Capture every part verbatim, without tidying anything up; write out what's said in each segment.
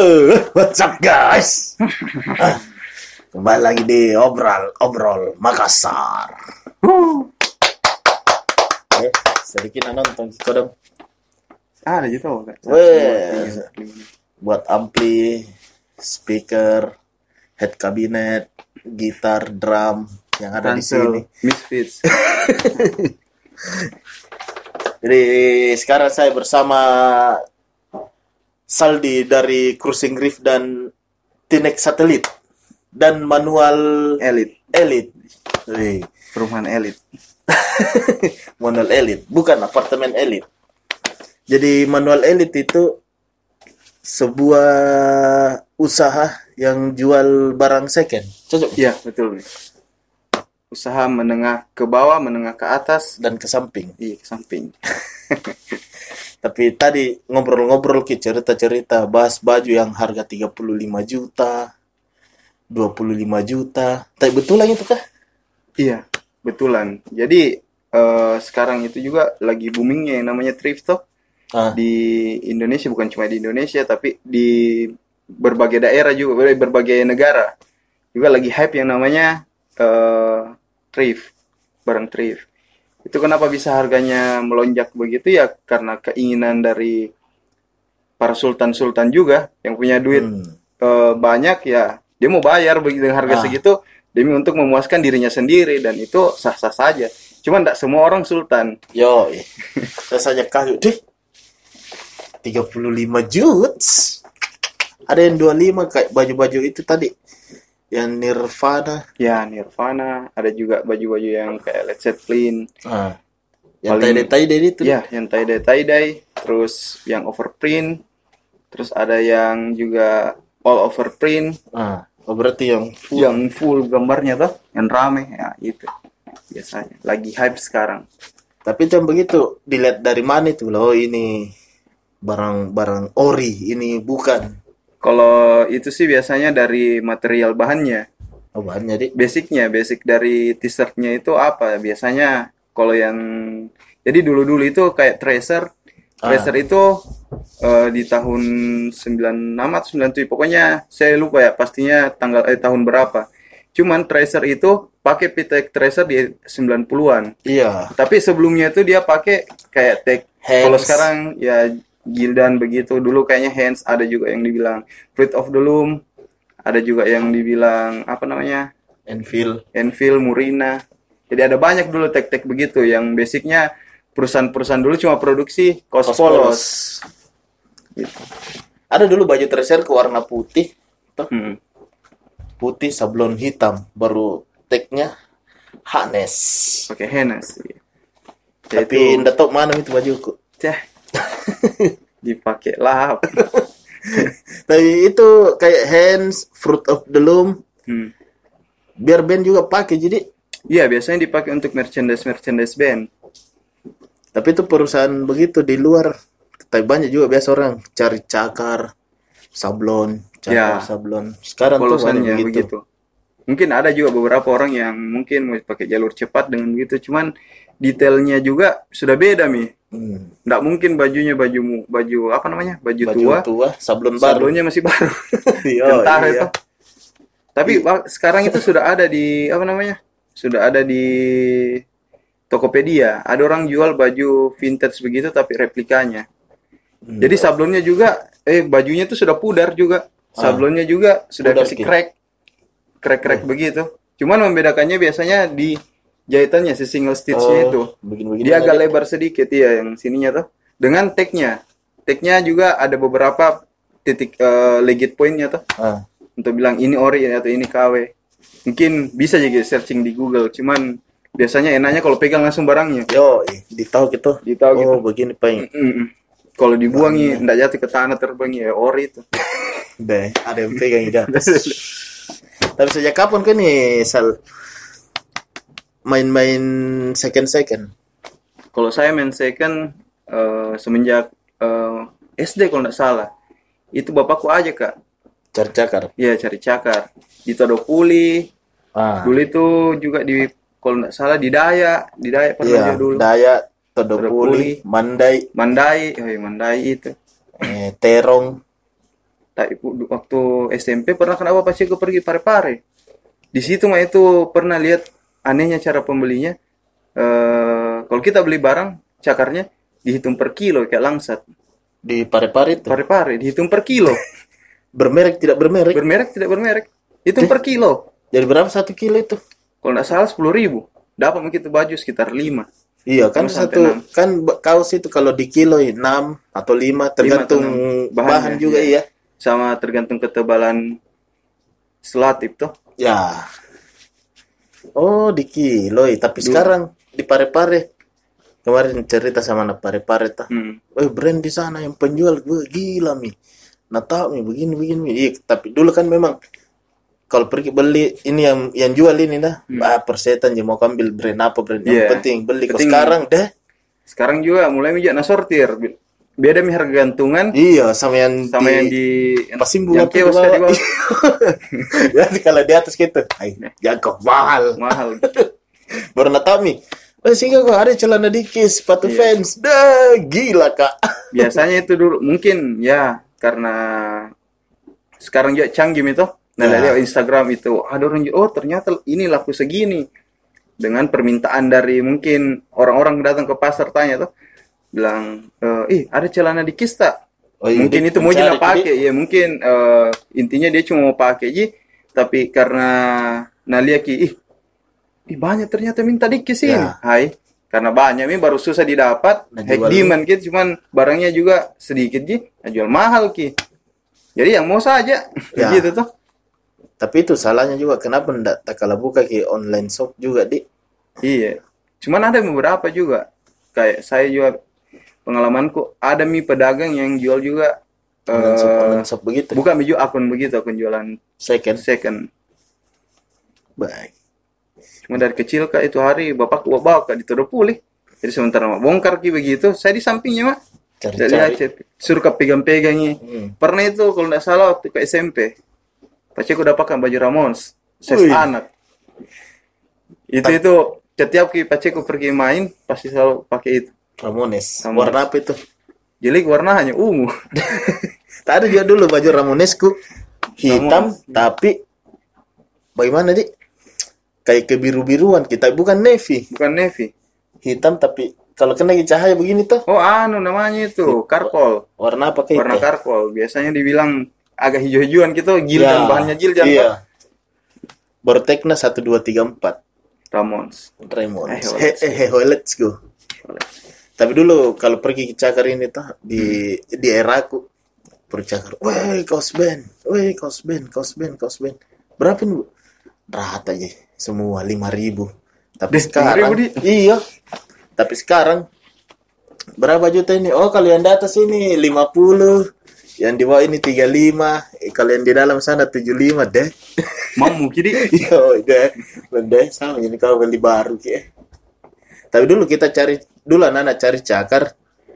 Halo, what's up guys? Kembali lagi di obrol obrol Makassar. Eh, sedikit nonton kodam. Ah, ada juga kan. Wes, buat ampli, speaker, head cabinet, gitar, drum yang ada di sini. Misfits. Jadi sekarang saya bersama Saldi dari Cruising Reef dan Tinek Satelit dan manual Elit. Elit. Wih. Perumahan elit. Manual Elit, bukan apartemen elit. Jadi manual Elit itu sebuah usaha yang jual barang second. Cocok? Iya, betul. Usaha menengah ke bawah, menengah ke atas, Dan ke samping. iya ke samping. Tapi tadi ngobrol-ngobrol ki cerita-cerita bahas baju yang harga tiga puluh lima juta, dua puluh lima juta. Tapi betulan itu kah? Iya, betulan. Jadi eh, sekarang itu juga lagi boomingnya yang namanya thrift shop Ah, di Indonesia, bukan cuma di Indonesia tapi di berbagai daerah juga, berbagai negara. Juga lagi hype yang namanya eh, thrift, barang thrift. Itu kenapa bisa harganya melonjak begitu ya, karena keinginan dari para sultan-sultan juga yang punya duit hmm. eh, banyak ya, dia mau bayar begitu dengan harga Ah. segitu demi untuk memuaskan dirinya sendiri, dan itu sah-sah saja. Cuman tidak semua orang sultan. Yo, saya saja kaget deh. tiga puluh lima juta. Ada yang dua puluh lima kayak baju-baju itu tadi. Yang Nirvana. Ya, Nirvana, ada juga baju-baju yang kayak Led Zeppelin. Ah. Yang Paling- tie-dye itu. Ya, yang tie-dye tie-dye, terus yang overprint, terus ada yang juga all over print, Ah, oh, berarti yang full. yang full gambarnya tuh, yang rame, ya itu biasanya. Lagi hype sekarang. Tapi itu yang begitu dilihat dari mana itu loh, ini barang-barang ori, ini bukan. Kalau itu sih biasanya dari material bahannya. Oh, bahan jadi. Basicnya, basic dari t-shirtnya itu apa? Biasanya kalau yang jadi dulu-dulu itu kayak tracer. Tracer itu eh, di tahun sembilan puluh enam atau sembilan puluh tujuh, pokoknya saya lupa ya pastinya tanggal eh tahun berapa. Cuman tracer itu pakai pitek tracer di sembilan puluhan. Iya. Tapi sebelumnya itu dia pakai kayak tag. Hands. Kalau sekarang ya Gildan begitu. Dulu kayaknya Hands, ada juga yang dibilang Fruit of the Loom, ada juga yang dibilang apa namanya? Enfield. Enfield, Murina. Jadi ada banyak dulu tag-tag begitu yang basicnya perusahaan-perusahaan dulu cuma produksi kaos Kaos polos. polos. Gitu. Ada dulu baju tracer ke warna putih, tuh. Hmm. Putih sablon hitam, baru tagnya Hanes. Pakai Hands. Iya. Ya Tapi itu, ndak tahu mana itu bajuku. cah, dipakai lah. Tapi itu kayak Hands, Fruit of the Loom, Hmm. biar band juga pakai. Jadi, Iya, biasanya dipakai untuk merchandise-merchandise band. tapi itu perusahaan begitu di luar. Tapi banyak juga biasa orang cari cakar, sablon, cakar, Ya. sablon. Sekarang tuh banyak Polosannya begitu. begitu. Mungkin ada juga beberapa orang yang mungkin mau pakai jalur cepat dengan begitu, cuman detailnya juga sudah beda mi. Hmm. Nggak mungkin bajunya bajumu baju apa namanya baju, Baju tua, tua, sablon baru. sablonnya masih baru. Yo, Kentara iya. itu. Tapi wa- sekarang itu sudah ada di apa namanya? Sudah ada di Tokopedia. Ada orang jual baju vintage begitu tapi replikanya. Hmm. Jadi sablonnya juga, eh bajunya tuh sudah pudar juga. Sablonnya juga sudah Pudar, kasih Ki. crack. Crack-crack begitu. Cuman membedakannya biasanya di jahitannya, si single stitch-nya itu. begini-begini Dia agak aja. lebar sedikit ya yang sininya tuh. Dengan tag-nya. Tag-nya juga ada beberapa titik eh, legit point-nya tuh. Ah. Untuk bilang ini ori atau ini K W. Mungkin bisa juga searching di Google. Cuman biasanya enaknya kalau pegang langsung barangnya. Yo, eh, ditahu gitu. Ditahu gitu. Oh, begini Pak. Mm-mm. Kalau dibuang nih, ndak jatuh ke tanah terbang ya ori itu. Deh, ada yang pegang di atas. Tapi sejak kapan kan nih Sal main-main second-second? Kalau saya main second eh, semenjak eh, S D kalau nggak salah. Itu bapakku aja kak. Cari cakar. Iya cari cakar. Di Todopuli. Ah. Dulu itu juga di kalau nggak salah di Dayak. Di Dayak pernah Iya, juga dulu. Dayak, Todopuli, Todopuli. Mandai, Mandai, oh iya, Mandai itu. eh, Terong. tapi waktu S M P pernah kenapa pas aku pergi Parepare. Di situ mah itu pernah lihat anehnya cara pembelinya. Eh kalau kita beli barang cakarnya dihitung per kilo kayak langsat. Di Parepare itu. Parepare dihitung per kilo. Bermerek tidak bermerek. Bermerek tidak bermerek. Hitung per kilo. Jadi berapa satu kilo itu? Kalau nggak salah sepuluh ribu. Dapat begitu baju sekitar lima. Iya kan Lima sampai satu enam. kan ba- kaos itu kalau di kilo enam atau lima tergantung enam. bahan Bahannya, juga iya. iya. Sama tergantung ketebalan selatip tuh. Ya. Oh di kilo ya. Tapi sekarang di Parepare kemarin cerita sama anak Parepare tah. Hmm. Eh brand di sana yang penjual gue gila mi. Nah tahu mi begini begini mi. Iya tapi dulu kan memang kalau pergi beli ini yang yang jual ini dah, Hmm. ah persetan dia mau ambil brand apa brand yang Iya. penting beli. Kalau Penting. sekarang deh Sekarang juga mulai mijak na sortir. Beda mi harga gantungan iya sama yang sama di, yang di pasim yang bunga tuh kios di di bawah. bawah. Jadi kalau di atas gitu, ay, jago mahal. Mahal. Baru natami. Eh sih kok ada celana dikis, sepatu Iya. fans. Dah gila kak. Biasanya itu dulu mungkin ya karena sekarang juga canggih itu. Nah, Ya. dari Instagram itu ada orang oh ternyata ini laku segini. Dengan permintaan dari mungkin orang-orang datang ke pasar tanya tuh bilang eh ih ada celana dikis tak? Oh, iya, Mungkin dia itu mau mencari, dia pakai ya mungkin eh, intinya dia cuma mau pakai ji tapi karena nalia ki ih, ih banyak ternyata minta dikis ini. Ya. Hai karena banyak ini baru susah didapat, Nah, high jual- demand gitu cuman barangnya juga sedikit ji, nah, jual mahal ki. Jadi yang mau saja Ya. gitu tuh. Tapi itu salahnya juga kenapa ndak tak kalah buka ke online shop juga di. Iya. Cuman ada beberapa juga kayak saya juga pengalamanku ada mi pedagang yang jual juga Online shop, eh online shop begitu. bukan mi jual akun begitu akun jualan Second. second. Baik. Cuma dari kecil kak itu hari bapakku bawa kak dituduh pulih. Jadi sementara mau bongkar ki begitu, saya di sampingnya mah. Tidak lihat Cari-cari. suruh kak pegang-pegangi. Hmm. Pernah itu kalau tidak salah waktu ke S M P. Pasti aku dapatkan baju Ramones, size Wih. anak. Itu itu setiap ki pace aku pergi main pasti selalu pakai itu. Ramones. Ramones. Warna apa itu? Jadi warnanya ungu. Tak ada juga dulu baju Ramonesku hitam tapi bagaimana di? Kayak kebiru-biruan kita bukan navy, Bukan navy. hitam tapi kalau kena cahaya begini tuh Oh anu namanya itu karpol. warna apa kayak Warna karpol. Biasanya dibilang agak hijau-hijauan gitu, jildan bahannya jildan. Iya. Pak. Baru Tekna satu dua tiga empat Ramones. Raymond. Eh, Eh, eh, eh, let's go. Tapi dulu kalau pergi ke cakar ini tuh di di era aku bercakar, weh kaos band, weh kaos band, kaos band, kaos band. Berapa nih bu? Rata aja semua lima ribu. Tapi Deh, sekarang, lima ribu, Di. iya. Tapi sekarang berapa juta ini? Oh kalau yang di atas ini lima puluh, yang di bawah ini tiga puluh lima, eh, kalau yang di dalam sana tujuh puluh lima deh. Mamu kiri. Yo, deh, deh sama ini kalau beli baru ki. Tapi dulu kita cari dulu anak-anak cari cakar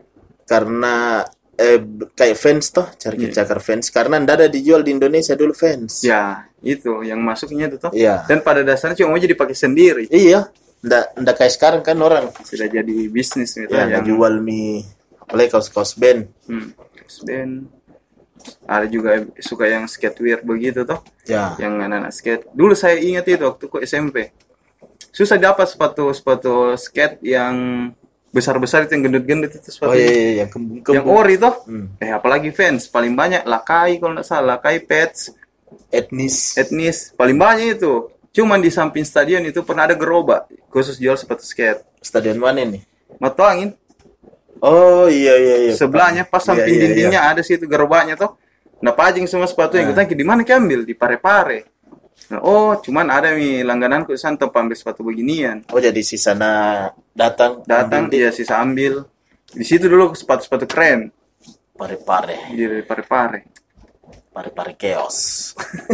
karena eh kayak fans toh, cari Iya. cakar fans karena ndak ada dijual di Indonesia dulu fans. Ya, itu yang masuknya itu tuh. Iya. Dan pada dasarnya cuma mau jadi pakai sendiri. Iya, ndak ndak kayak sekarang kan orang Sudah jadi bisnis gitu ya yang jual mie apalagi kaos-kaos band. hmm, band. Ada juga suka yang skatewear begitu toh. Ya. Yang anak-anak skate. Dulu saya ingat itu waktu ke S M P. Susah dapat sepatu-sepatu skate yang besar-besar itu yang gendut-gendut itu Oh sepatu. iya, iya yang kembung Yang ori toh. Hmm. Eh apalagi fans paling banyak Lakai kalau nggak salah, Lakai Pets, etnis. Etnis paling banyak itu. Cuman di samping stadion itu pernah ada gerobak khusus jual sepatu skate. Stadion mana nih? Mata angin Oh iya iya iya. sebelahnya pas Iya, samping iya, dindingnya ada situ gerobaknya toh. Nah pajing semua sepatu yang Nah. gue di mana ambil di Parepare. Nah, oh cuman ada nih langgananku di sana tempat ambil sepatu beginian. Oh jadi si sana datang Datang ambil di dia sisa ambil. Di situ dulu sepatu-sepatu keren pare-pare. di Parepare. Pare-pare chaos.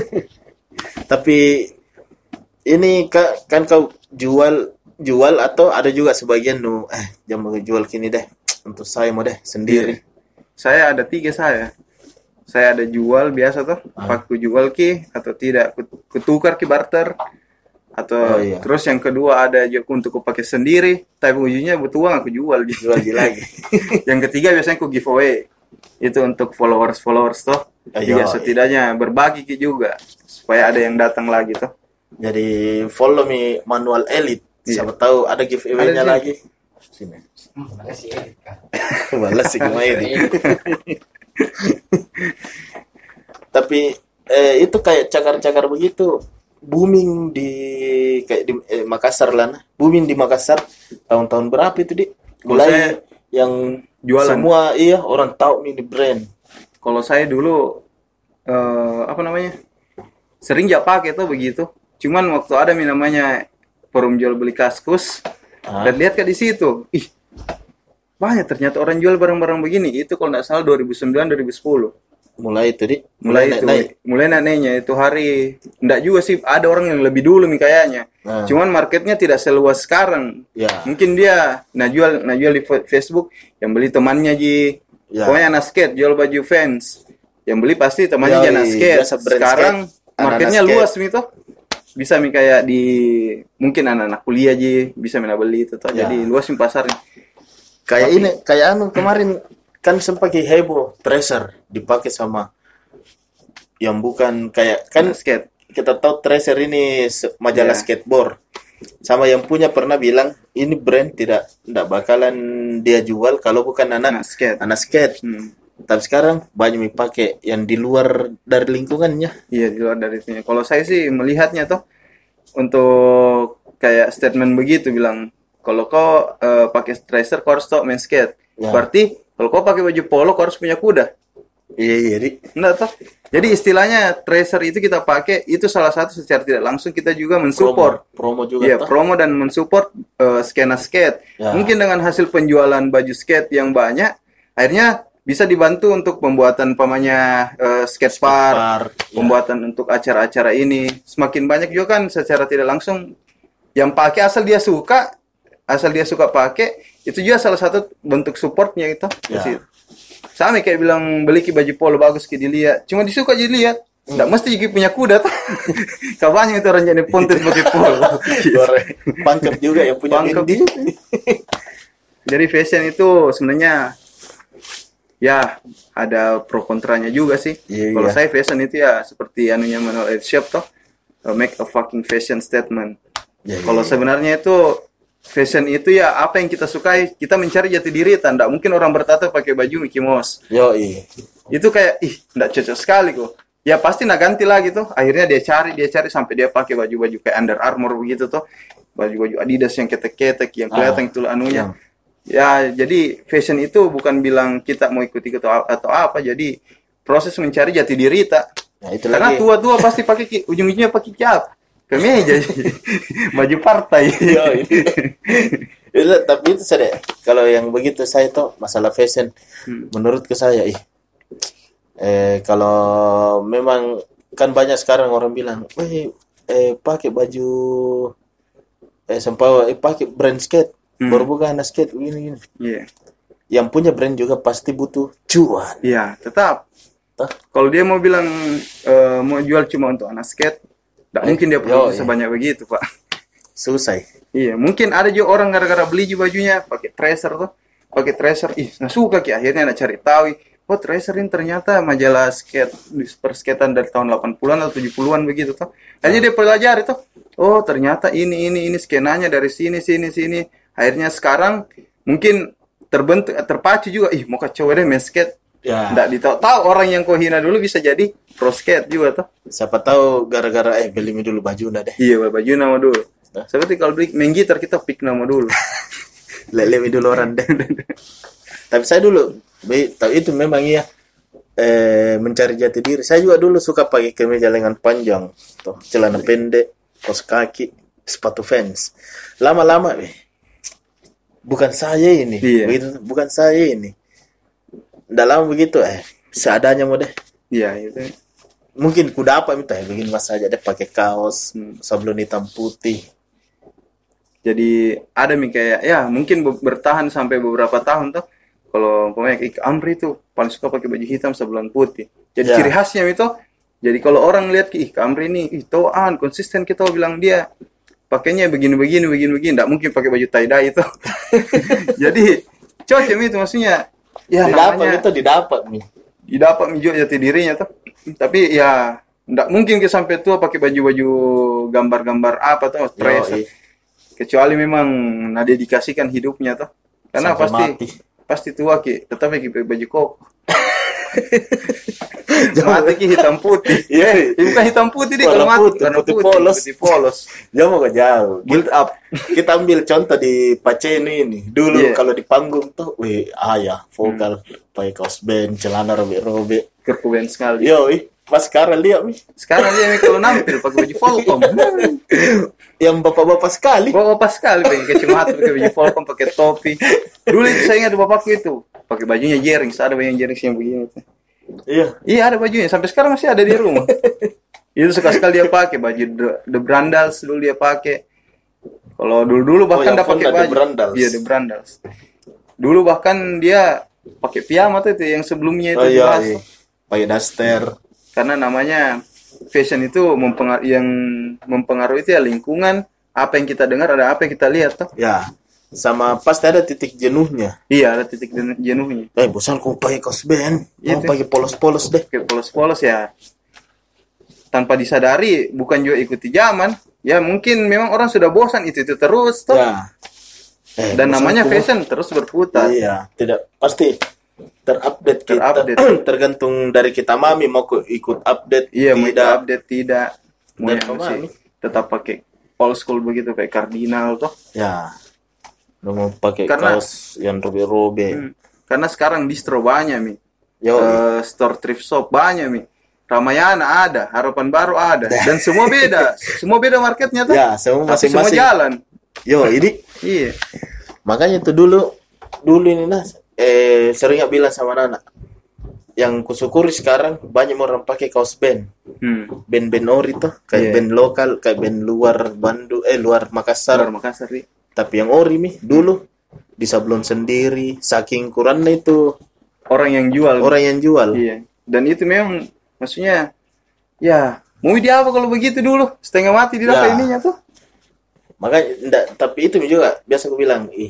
Tapi ini kak kan kau jual jual atau ada juga sebagian nu eh jangan mau jual kini deh untuk saya mau deh sendiri. Saya ada tiga saya. Saya ada jual biasa tuh, Ah. aku jual ki atau tidak, ku- kutukar ki barter. Atau Oh, iya. terus yang kedua ada juga untuk aku pakai sendiri, tapi ujungnya butuh uang aku jual gitu. Jual lagi. Yang ketiga biasanya aku giveaway. Itu untuk followers-followers tuh. Ayo, juga setidaknya berbagi Ki juga supaya ada yang datang lagi tuh. jadi follow me Manual Elite. Iya. Siapa tahu ada giveaway-nya Ada di lagi. Sini. Makasih Erika. Balas sih gimana ini. Tapi eh, itu kayak cakar-cakar begitu booming di kayak di eh, Makassar lah, nah. Booming di Makassar tahun-tahun berapa itu di? Mulai Saya yang jualan. semua iya orang tahu ini brand. Kalau saya dulu eh, apa namanya? Sering ya pakai tuh begitu. Cuman waktu ada nih namanya forum jual beli Kaskus, Ah. dan lihat ke di situ, ih banyak ternyata orang jual barang-barang begini. Itu kalau nggak salah dua ribu sembilan dua ribu sepuluh. Mulai itu di Mulai itu, naik. mulai naiknya itu hari, enggak juga sih, ada orang yang lebih dulu nih kayaknya. Nah. Cuman marketnya tidak seluas sekarang. Ya. Mungkin dia nah jual, nah jual di fe- Facebook, yang beli temannya Ji. Ya. Pokoknya anak skate jual baju fans. Yang beli pasti temannya Yoi, anak skate. biasa brand Sekarang skate, anak-anak marketnya skate. luas nih toh. Bisa nih kayak di mungkin anak-anak kuliah Ji bisa mina beli itu toh. Ya. Jadi luas nih pasarnya. Kayak ini, kayak anu kemarin kan sempat kayak heboh tracer dipakai sama yang bukan kayak kan Anak skate. kita tahu tracer ini se- majalah Ya. skateboard. Sama yang punya pernah bilang ini brand tidak tidak bakalan dia jual kalau bukan Anak anak skate. anak skate. Hmm. Tapi sekarang banyak yang pakai yang di luar dari lingkungannya. Iya di luar dari itu. Kalau saya sih melihatnya tuh untuk kayak statement begitu bilang kalau kau eh, pakai tracer kau harus tahu main skate. Ya. Berarti kalau kau pakai baju polo kau harus punya kuda. Iya iya di. Enggak toh? Jadi istilahnya tracer itu kita pakai itu salah satu secara tidak langsung kita juga mensupport. Promo, promo juga Iya, toh. promo dan mensupport eh, skena skate. Ya. Mungkin dengan hasil penjualan baju skate yang banyak, akhirnya bisa dibantu untuk pembuatan pamannya eh, skate park, Park, ya. pembuatan untuk acara-acara ini. Semakin banyak juga kan secara tidak langsung yang pakai asal dia suka, asal dia suka pakai, itu juga salah satu bentuk supportnya itu. Ya. Sama kayak bilang beli ki baju polo bagus ki dilihat, cuma disuka aja dilihat. Nggak mesti Ki punya kuda tuh. Kabarnya itu orang jadi pontes pakai polo. Goreng. Pangkep juga yang punya Pangkep. Indi. Jadi fashion itu sebenarnya ya ada pro kontranya juga sih. Iya, Kalau iya. saya fashion itu ya seperti anunya Manual Ed Shop toh, uh, make a fucking fashion statement. Ya, ya, Kalau ya. sebenarnya itu fashion itu ya apa yang kita sukai, kita mencari jati diri. Tidak mungkin orang bertato pakai baju Mickey Mouse. Yo iya. Itu kayak ih tidak cocok sekali kok. Ya pasti nak ganti lagi tuh. Akhirnya dia cari, dia cari sampai dia pakai baju-baju kayak Under Armour begitu tuh. Baju-baju Adidas yang ketek-ketek yang kelihatan Ah, itu anunya. yang- Ya, jadi fashion itu bukan bilang kita mau ikut-ikut atau, atau apa. Jadi proses mencari jati diri tak. Nah, itu Karena lagi. tua-tua pasti pakai ki- ujung-ujungnya pakai cap. Kemeja. Baju partai. Yo, ini. Itu, tapi itu saya kalau yang begitu saya tuh masalah fashion Hmm. menurut ke saya ih eh kalau memang kan banyak sekarang orang bilang, "Weh, eh pakai baju eh sempau eh pakai brand skate, Hmm. baru bukan anak skate begini gini." Iya. Yang punya brand juga pasti butuh cuan. Iya, tetap. Toh? Kalau dia mau bilang eh, mau jual cuma untuk anak skate, tidak mungkin dia Yo, produksi iya. sebanyak begitu, Pak. Susah. Iya, mungkin ada juga orang gara-gara beli juga bajunya pakai tracer tuh, pakai tracer, ih, nggak suka ki akhirnya nak cari tahu, oh tracer ini ternyata majalah skate di persketan dari tahun delapan puluhan atau tujuh puluhan begitu tuh. Akhirnya dia pelajari tuh, oh ternyata ini ini ini skenanya dari sini sini sini. Akhirnya sekarang mungkin terbentuk terpacu juga, ih mau kacau deh main skate. Ya. Nggak ditahu-tahu orang yang kau hina dulu bisa jadi pro skate juga tuh. Siapa tahu gara-gara eh beli dulu baju udah deh. Iya, baju nama dulu. Nah. Seperti kalau beli main gitar kita pick nama dulu. Lele dulu orang deh. Tapi saya dulu, be- tahu itu memang iya eh, mencari jati diri. Saya juga dulu suka pakai kemeja lengan panjang, tuh celana pendek, kaos kaki, sepatu Vans. Lama-lama, be, bukan saya ini, Iya. begitu, bukan saya ini. Nggak lama begitu, eh, seadanya mau deh. Iya, itu. Mungkin ku dapat itu ya, begini mas aja deh pakai kaos, Hmm. sablon hitam putih. Jadi ada nih kayak ya mungkin be- bertahan sampai beberapa tahun tuh. Kalau pemain Ik Amri tuh paling suka pakai baju hitam sebelah putih. Jadi Ya. ciri khasnya itu. Jadi kalau orang lihat ke Ik Amri nih, ih toan konsisten kita bilang dia pakainya begini-begini begini-begini, enggak mungkin pakai baju tie dye itu. Jadi cocok itu maksudnya. Ya didapat namanya itu didapat nih. didapat menunjuk jati dirinya tuh. Tapi ya nggak mungkin ke sampai tua pakai baju-baju gambar-gambar apa tuh stres. Yoi. Kecuali memang nah dedikasikan hidupnya tuh. Karena Sampai pasti mati. pasti tua ki tetap pakai baju kok. Mati ki hitam putih. Iya. Eh, bukan hitam putih deh kalau Warna mati putih, warna putih putih, polos. putih polos. Jauh gak jauh. Build up. Kita ambil contoh di Paceno ini. Dulu Iya. kalau di panggung tuh, wih, ayah, vokal, pakai kaos band, celana robek-robek. Keren sekali. Yoi, pas sekarang lihat nih. Sekarang dia nih kalau nampil pakai baju Volcom. Yang bapak-bapak sekali. Bawa pas sekali pakai kacamata, pakai baju Volcom, pakai topi. Dulu itu saya ingat bapakku itu pakai bajunya Jerings, ada baju Jerings yang begini tuh. Iya. Iya ada bajunya, sampai sekarang masih ada di rumah. Itu suka sekali dia pakai baju The, The Brandals dulu dia pakai. Kalau dulu-dulu bahkan yang dia pakai Fonda The baju. Brandals. Iya The Brandals. Dulu bahkan dia pakai piyama tuh itu yang sebelumnya itu Oh iya, dibahas. iya. Pakai daster. Karena namanya fashion itu mempengaruhi yang mempengaruhi itu ya lingkungan, apa yang kita dengar ada apa yang kita lihat tuh. Ya. Sama pasti ada titik jenuhnya. Iya ada titik jen- jenuhnya. Eh, bosan kau pakai kaos band. Iya, Mau tuh. pakai polos-polos deh. Kayak polos-polos ya tanpa disadari bukan juga ikuti zaman ya mungkin memang orang sudah bosan itu itu terus toh. Ya. Eh, Dan bosan namanya kau. fashion terus berputar. Iya, tidak pasti terupdate kita. Terupdate. Tergantung dari kita mami mau ke- ikut update Iya mau itu tidak. update tidak mau Dan yang kemana? masih tetap pakai old school begitu kayak kardinal toh. Ya. Lu mau pakai Karena- kaos yang robek-robek. Hmm. Karena sekarang distro banyak mi. Yo, Eh, store thrift shop banyak mi. Ramayana ada, Harapan Baru ada, dan semua beda, semua beda marketnya tuh. ya, semua Tapi semua masing-masing. jalan. Yo, ini Iya. makanya tuh dulu dulu ini Nas, eh sering bilang sama Nana. Yang kusyukuri sekarang banyak orang pakai kaos band. Hmm. Band-band ori tuh, kayak Iya. band lokal, kayak band luar Bandung, eh luar Makassar. Luar Makassar nih. Tapi yang ori nih dulu di sablon sendiri, saking kurangnya itu Orang yang jual. orang yang jual. Iya. Dan itu memang maksudnya ya mau dia apa kalau begitu dulu setengah mati di dapat Ya. ininya tuh. Makanya enggak, tapi itu juga biasa aku bilang, ih,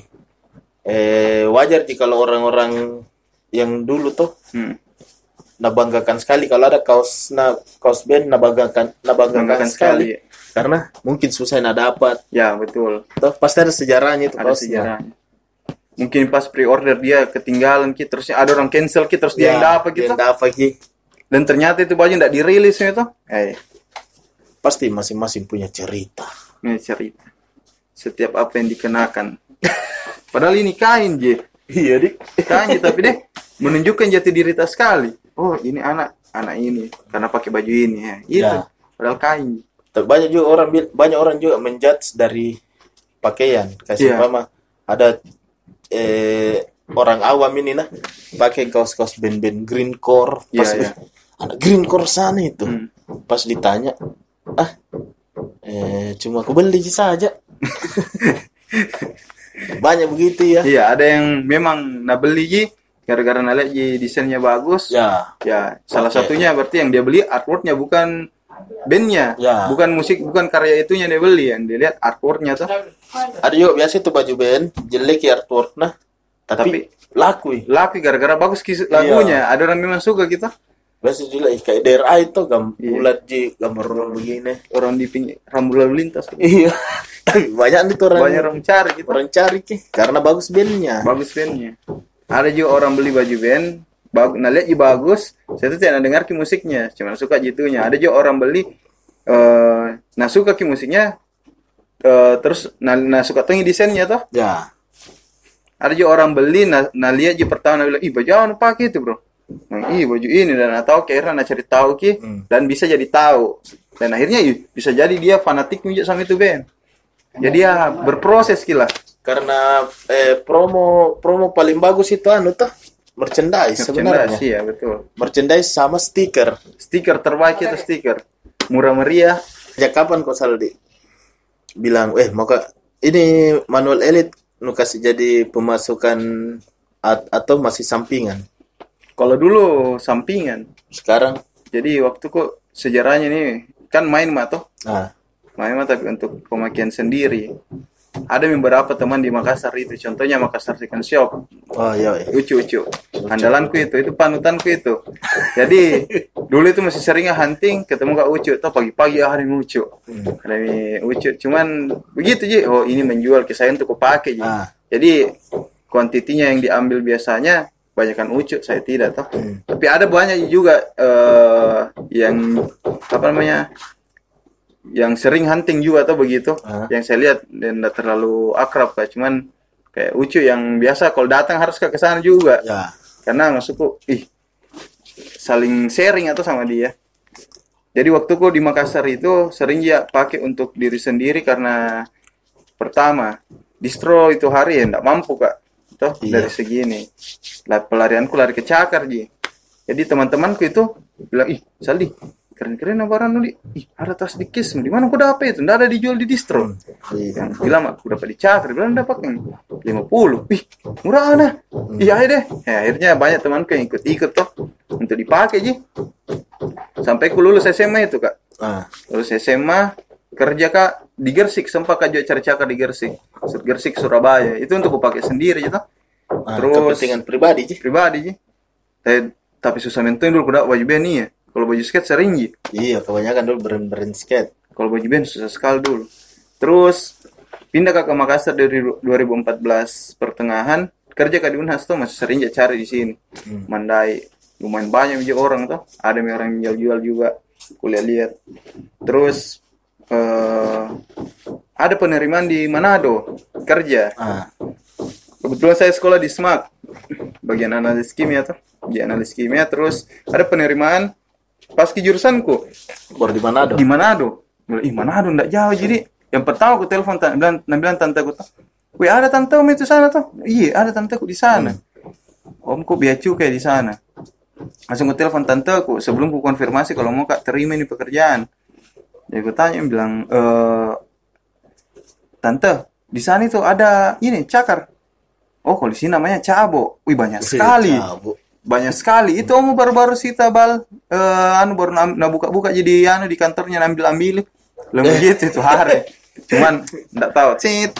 eh wajar sih kalau orang-orang yang dulu tuh Hmm. nabanggakan sekali kalau ada kaos na kaos band nabanggakan nabanggakan Banggakan sekali. sekali. Karena mungkin susah nak dapat. Ya betul. Toh pasti ada sejarahnya itu Ada kaosnya. sejarahnya. Mungkin pas pre-order dia ketinggalan ki terusnya ada orang cancel ki terus dia yang dapat gitu. Yang dapat Ki. Dan ternyata itu baju enggak dirilis itu. Eh, Pasti masing-masing punya cerita. ini cerita. Setiap apa yang dikenakan. Padahal ini kain, Je. Iya, Dik. Kain, tapi deh menunjukkan jati diri kita sekali. Oh, ini anak anak ini karena pakai baju ini ya. Itu. Ya. Padahal kain. Tapi banyak juga orang bil- banyak orang juga menjudge dari pakaian. Kasih Iya. umpama ada eh orang awam ini nah pakai kaos-kaos band-band greencore. Iya, Pas iya. anak greencore sana itu. Hmm. Pas ditanya, ah, eh cuma aku beli saja. Banyak begitu ya. Iya, ada yang memang nak beli Ji, gara-gara nak lihat Ji desainnya bagus. Ya, Ya, salah Oke. satunya berarti yang dia beli artworknya bukan bandnya, Ya. bukan musik, bukan karya itunya dia beli, yang dia lihat artworknya tuh. ada juga biasa itu baju band jelek ya artwork nah, tapi, Tapi- laku. ya. Laku gara-gara bagus kis- lagunya. Ada orang memang suka gitu. Biasa juga ih, kayak D R A itu gambar Iya. bulat ji gambar orang begini. Orang di pinggir rambu lalu lintas. Iya. Tapi banyak itu orang Banyak orang cari gitu. orang cari ki karena bagus bandnya. Bagus bandnya. Ada juga orang beli baju band, bagus, nah lihat Ji bagus, saya tuh tidak dengar ki musiknya, cuma suka jitunya. Ada juga orang beli, eh, nah suka ki musiknya, eh, terus nah, nah suka tengi desainnya toh. Ya. Ada juga orang beli, nah, nah lihat Ji pertama nah bilang, ih baju apa pakai itu bro? Nah, ih baju ini dan nah, tahu akhirnya nah cari tahu ki Hmm. dan bisa jadi tahu dan akhirnya ih, bisa jadi dia fanatik juga sama itu band. Jadi ya berproses kila. Karena eh, promo promo paling bagus itu anu tuh merchandise sebenarnya. Iya betul. Merchandise sama stiker. Stiker terbaik itu stiker murah meriah. Sejak kapan kok Saldi bilang, eh maka ini manual elite nu kasih jadi pemasukan at- atau masih sampingan? Kalau dulu sampingan. Sekarang, Jadi waktu kok sejarahnya nih kan main mah toh, nah, main mah tapi untuk pemakaian sendiri. Ada beberapa teman di Makassar itu, contohnya Makassar Second Shop, oh iya, iya. Ucu Ucu. Andalanku itu, itu panutanku itu. Jadi dulu itu masih seringnya hunting, ketemu Kak Ucu, tuh pagi-pagi hari Ucu. Hmm. Ada Ucu, cuman begitu Ji. Oh ini menjual ke saya untuk kupakai Ji. Ah. Jadi kuantitinya yang diambil biasanya banyakkan Ucu, saya tidak toh. Hmm. Tapi ada banyak juga uh, yang apa namanya, yang sering hunting juga atau begitu. Ah. Yang saya lihat dan tidak terlalu akrab Kak, cuman kayak Ucu yang biasa kalau datang harus ke sana juga. Ya. Karena maksudku, ih, saling sharing atau sama dia. Jadi waktuku di Makassar itu sering dia pakai untuk diri sendiri karena pertama, distro itu hari ya enggak mampu Kak. Toh Iya. dari segini. Lah pelarianku lari ke Cakar Ji. Jadi teman-temanku itu bilang, ih, Saldi, keren-keren apa barang Li? Ih, ada tas di Kis, di mana aku dapat itu? Enggak ada dijual di distro. Iya. Yang bilang aku dapat di Cakar, bilang dapat yang lima puluh. Ih, murah nah. Iya aja deh. Ya, akhirnya banyak temanku yang ikut-ikut toh untuk dipakai Ji. Sampai aku lulus S M A itu Kak. Ah. Lulus S M A, kerja Kak di Gersik, sempat Kak juga cari Cakar di Gersik. Gersik Surabaya. Itu untuk aku pakai sendiri gitu. Ah, Terus kepentingan pribadi Ji. pribadi Ji. Tapi, tapi susah mentoin dulu kuda baju band nih ya. Kalau baju skate sering Ji. Iya, kebanyakan dulu brand-brand skate. Kalau baju band susah sekali dulu. Terus pindah Kak ke Makassar dari dua ribu empat belas pertengahan, kerja Kak di Unhas tuh masih sering ya cari di sini. Hmm. Mandai lumayan banyak aja orang tuh. Ada yang orang yang jual-jual juga. Kuliah lihat. Terus eh, ada penerimaan di Manado kerja. Ah. Kebetulan saya sekolah di S M A K, bagian analis kimia tuh, di analis kimia. Terus ada penerimaan pas ke jurusanku Baru di Manado. di Manado. Bilang, ih Manado ndak jauh. Jadi yang pertama aku telepon, ta- bilang, nah, bilang tante aku tuh, wih ada tante om itu sana tuh. Iya ada tanteku di sana. Omku biaya cukai di sana. Langsung aku telepon tante aku sebelum aku konfirmasi kalau mau Kak terima ini pekerjaan. Jadi aku tanya, bilang, e, tante di sana itu ada ini Cakar. Oh, kalau di sini namanya Cabo. Wih, banyak sekali. Cabo. Banyak sekali. Itu om baru-baru sita bal eh anu baru na, na buka-buka jadi anu di kantornya ambil-ambil. Lebih gitu itu hari. Cuman enggak tahu. Cit.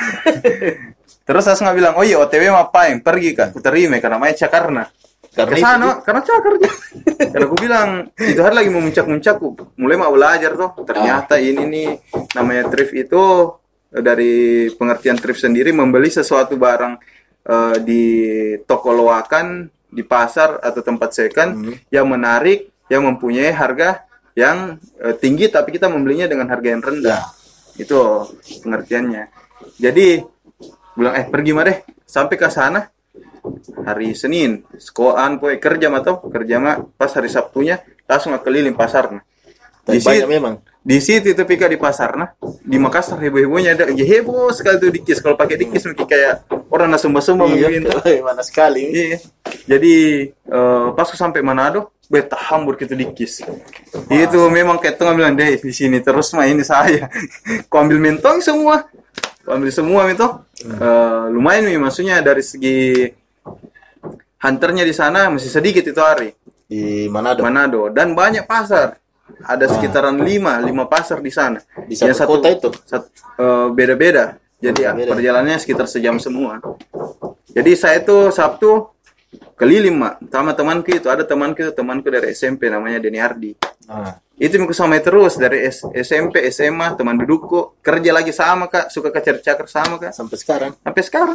Terus saya nggak bilang, "Oh iya, O T W ngapain? Pergi Kak. Aku terima karena namanya Cakarna." Karena Ke itu, sana, karena Cakar. Karena aku bilang, itu hari lagi mau muncak-muncak, mulai mau belajar tuh. Ternyata ini nih namanya thrift itu dari pengertian thrift sendiri membeli sesuatu barang uh, di toko loakan, di pasar atau tempat second hmm. yang menarik, yang mempunyai harga yang uh, tinggi tapi kita membelinya dengan harga yang rendah. Ya. Itu pengertiannya. Jadi bilang eh pergi mah deh sampai ke sana hari Senin, sekolah poe kerja mah tuh, kerja mah pas hari Sabtunya langsung keliling pasarnya. Di banyak memang. Di situ itu pika di pasar nah di Makassar heboh-hebohnya ada ya heboh sekali tuh dikis kalau pakai dikis mungkin kayak orang nasumba-sumba mungkin tuh mana sekali iya jadi uh, pas sampai Manado beta hambur gitu dikis itu memang kayak tengah bilang deh di sini terus mah ini saya ku ambil mentong semua ku ambil semua itu uh, lumayan nih maksudnya dari segi hunternya di sana masih sedikit itu hari di Manado Manado dan banyak pasar. Ada sekitaran lima, lima pasar di sana. Di satu satu kota itu? Satu, uh, beda-beda. Jadi ya, Beda. perjalanannya sekitar sejam semua. Jadi saya itu Sabtu keliling mak, sama temanku itu ada temanku itu temanku dari S M P namanya Denny Ardi. Ah. Itu aku sama terus dari S- SMP, S M A, teman dudukku kerja lagi sama Kak, suka kecer-caker sama Kak. Sampai sekarang. Sampai sekarang.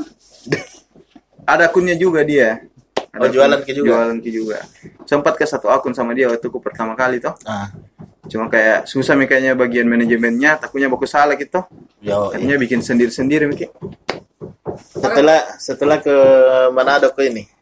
Ada akunnya juga dia. Oh, jualan ke juga? Jualan ke juga. Sempat ke satu akun sama dia waktu aku pertama kali toh. Ah. Cuma kayak susah nih kayaknya bagian manajemennya, takutnya bagus salah gitu. Yo, Akhirnya bikin sendiri-sendiri mikir. setelah setelah ke Manado ke ini.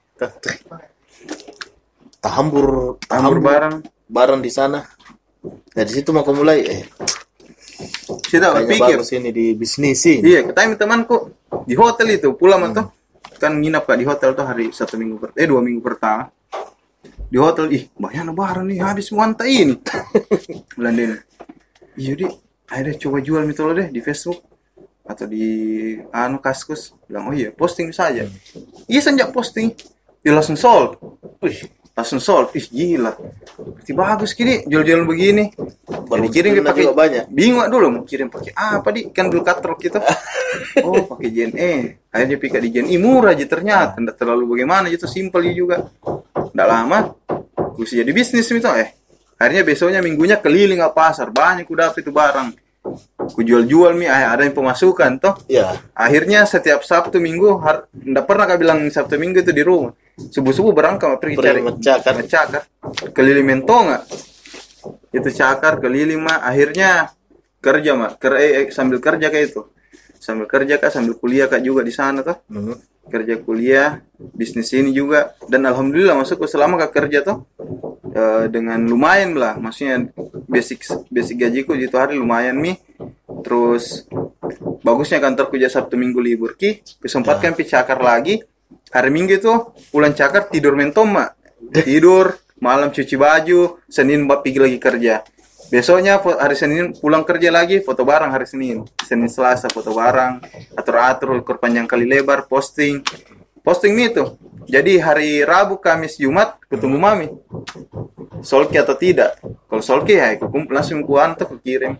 Tahambur, Tambur barang. barang di sana. Dari situ mau mulai eh Sudah kayaknya berpikir. bagus ini di bisnisin. Iya, ketemu temanku di hotel itu pulang hmm. tuh. Kan nginap Kak di hotel tuh hari satu minggu per, eh dua minggu pertama. Di hotel, ih banyak barang nih habis muanta ini. Belandin. Iya di, ayo deh coba jual itu loh deh di Facebook atau di anu Kaskus. Bilang oh iya posting saja. Iya sejak posting, dia langsung sold. Wih, langsung sold. Ih gila. Berarti bagus gini jual-jual begini. Baru Jadi kirim dia pakai juga banyak. Bingung dulu mau kirim pakai apa di kan dulu katalog gitu. Oh pakai J N E. Akhirnya pika di Gen, ih murah aja ternyata, nggak terlalu bagaimana gitu, simpel juga. Nggak lama, gue jadi bisnis itu eh. Akhirnya besoknya minggunya keliling ke pasar, banyak udah dapet itu barang. Ku jual-jual mi, ada yang pemasukan toh. Ya. Akhirnya setiap Sabtu Minggu, har, nggak pernah kau bilang Sabtu Minggu itu di rumah. Subuh-subuh berangkat pergi Pergi cari mencakar. mencakar, keliling Mentonga. Itu cakar keliling mah, akhirnya kerja mah, ker eh, eh, sambil kerja kayak itu, sambil kerja kak, sambil kuliah kak juga di sana toh. Hmm. Kerja kuliah, bisnis ini juga, dan alhamdulillah masuk selama kak kerja toh. E, dengan lumayan lah, maksudnya basic basic gajiku itu hari lumayan mi. Terus bagusnya kantor kerja Sabtu Minggu libur ki, kesempatkan pi cakar lagi. Hari Minggu itu pulang cakar tidur mentom mak, tidur malam cuci baju, Senin mbak pergi lagi kerja. Besoknya hari Senin pulang kerja lagi, foto barang hari Senin, Senin Selasa foto barang, atur-atur ukur panjang kali lebar, posting, posting nih tuh. Jadi hari Rabu, Kamis, Jumat ketemu mami. Solki atau tidak? Kalau solki ya, aku kumpul langsung ku antar, ku kirim.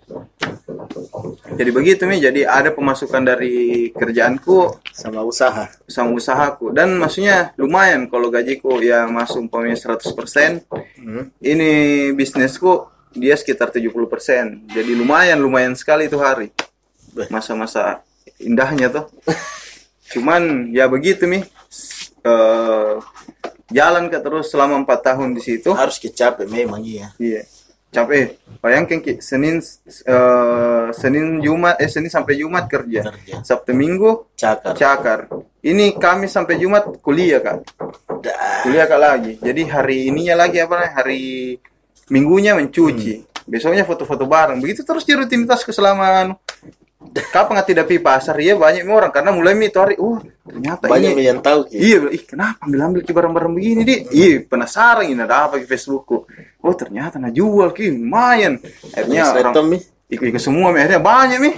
Jadi begitu nih. Jadi ada pemasukan dari kerjaanku Sama usaha. sama usahaku. Dan maksudnya lumayan kalau gajiku ya masuk umpamanya seratus persen. Hmm. Ini bisnisku dia sekitar tujuh puluh persen. Jadi lumayan, lumayan sekali itu hari. Masa-masa indahnya tuh. Cuman ya begitu nih. Uh, jalan ke terus selama empat tahun di situ. Harus capek memang iya. Iya. Capek. Bayangkan Ki, Senin uh, Senin Jumat eh Senin sampai Jumat kerja. Kerja. Sabtu Minggu Cakar. cakar. Ini Kamis sampai Jumat kuliah Kak. Dah. Kuliah Kak lagi. Jadi hari ininya lagi apa namanya? Hari Minggunya mencuci. Hmm. Besoknya foto-foto bareng. Begitu terus di rutinitas keselama kapan nggak tidak pi pasar ya banyak orang karena mulai mi itu hari uh ternyata banyak ini yang tahu Ki. iya ih kenapa ambil ambil ki barang-barang begini di iya penasaran ini ada apa di Facebookku oh ternyata nah jual ki lumayan akhirnya Banyak orang mi. ikut-ikut semua mi akhirnya banyak mi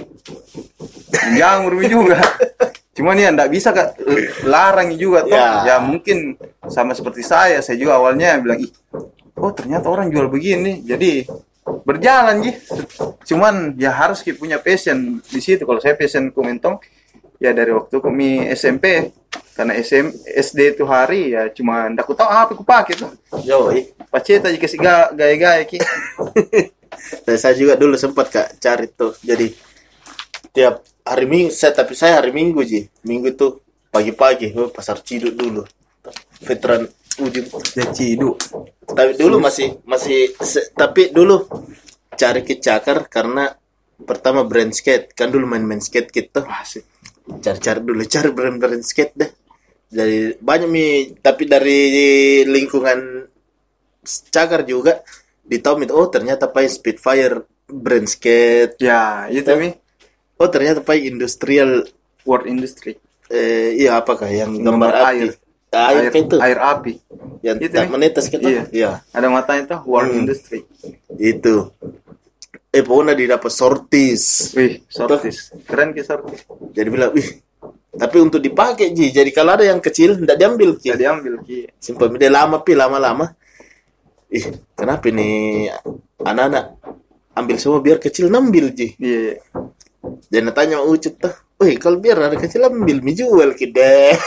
jamur mi juga cuman ya nggak bisa kak larang juga toh Ya. ya mungkin sama seperti saya saya juga awalnya bilang ih oh ternyata orang jual begini jadi berjalan gitu. Cuman ya harus kita punya passion di situ. Kalau saya passion komentong ya dari waktu kami S M P karena S M S D itu hari ya cuma ndak tahu apa aku pakai tuh. Yo, ih. Paceta aja kasih ga- gaya-gaya ki. Dan saya juga dulu sempat Kak cari tuh. Jadi tiap hari Minggu saya tapi saya hari Minggu Ji. Minggu itu pagi-pagi oh, pasar Ciduk dulu. Veteran ujung Ya cidu. tapi dulu masih masih se, tapi dulu cari ke cakar karena pertama brand skate kan dulu main-main skate gitu Asik. cari-cari dulu cari brand-brand skate deh jadi banyak mi tapi dari lingkungan cakar juga ditahu oh ternyata pai Spitfire brand skate Ya, itu Oh. mi oh ternyata pai industrial World Industry. eh, iya apakah yang Gambar gambar api air. air, Air, kayak itu air api. yang itu, tak Mi. menetes kan Iya. iya Ada matanya tuh World Hmm. Industry. itu eh pokoknya didapat sortis Wih, sortis. Keren ki sortis. jadi bilang wih tapi untuk dipakai Ji jadi kalau ada yang kecil tidak diambil Ki Ya diambil ki. simpan dia lama pi lama-lama ih kenapa ini anak-anak ambil semua biar kecil nambil Ji Iya. jangan tanya sama Ucut tuh wih kalau biar ada kecil ambil mi jual kita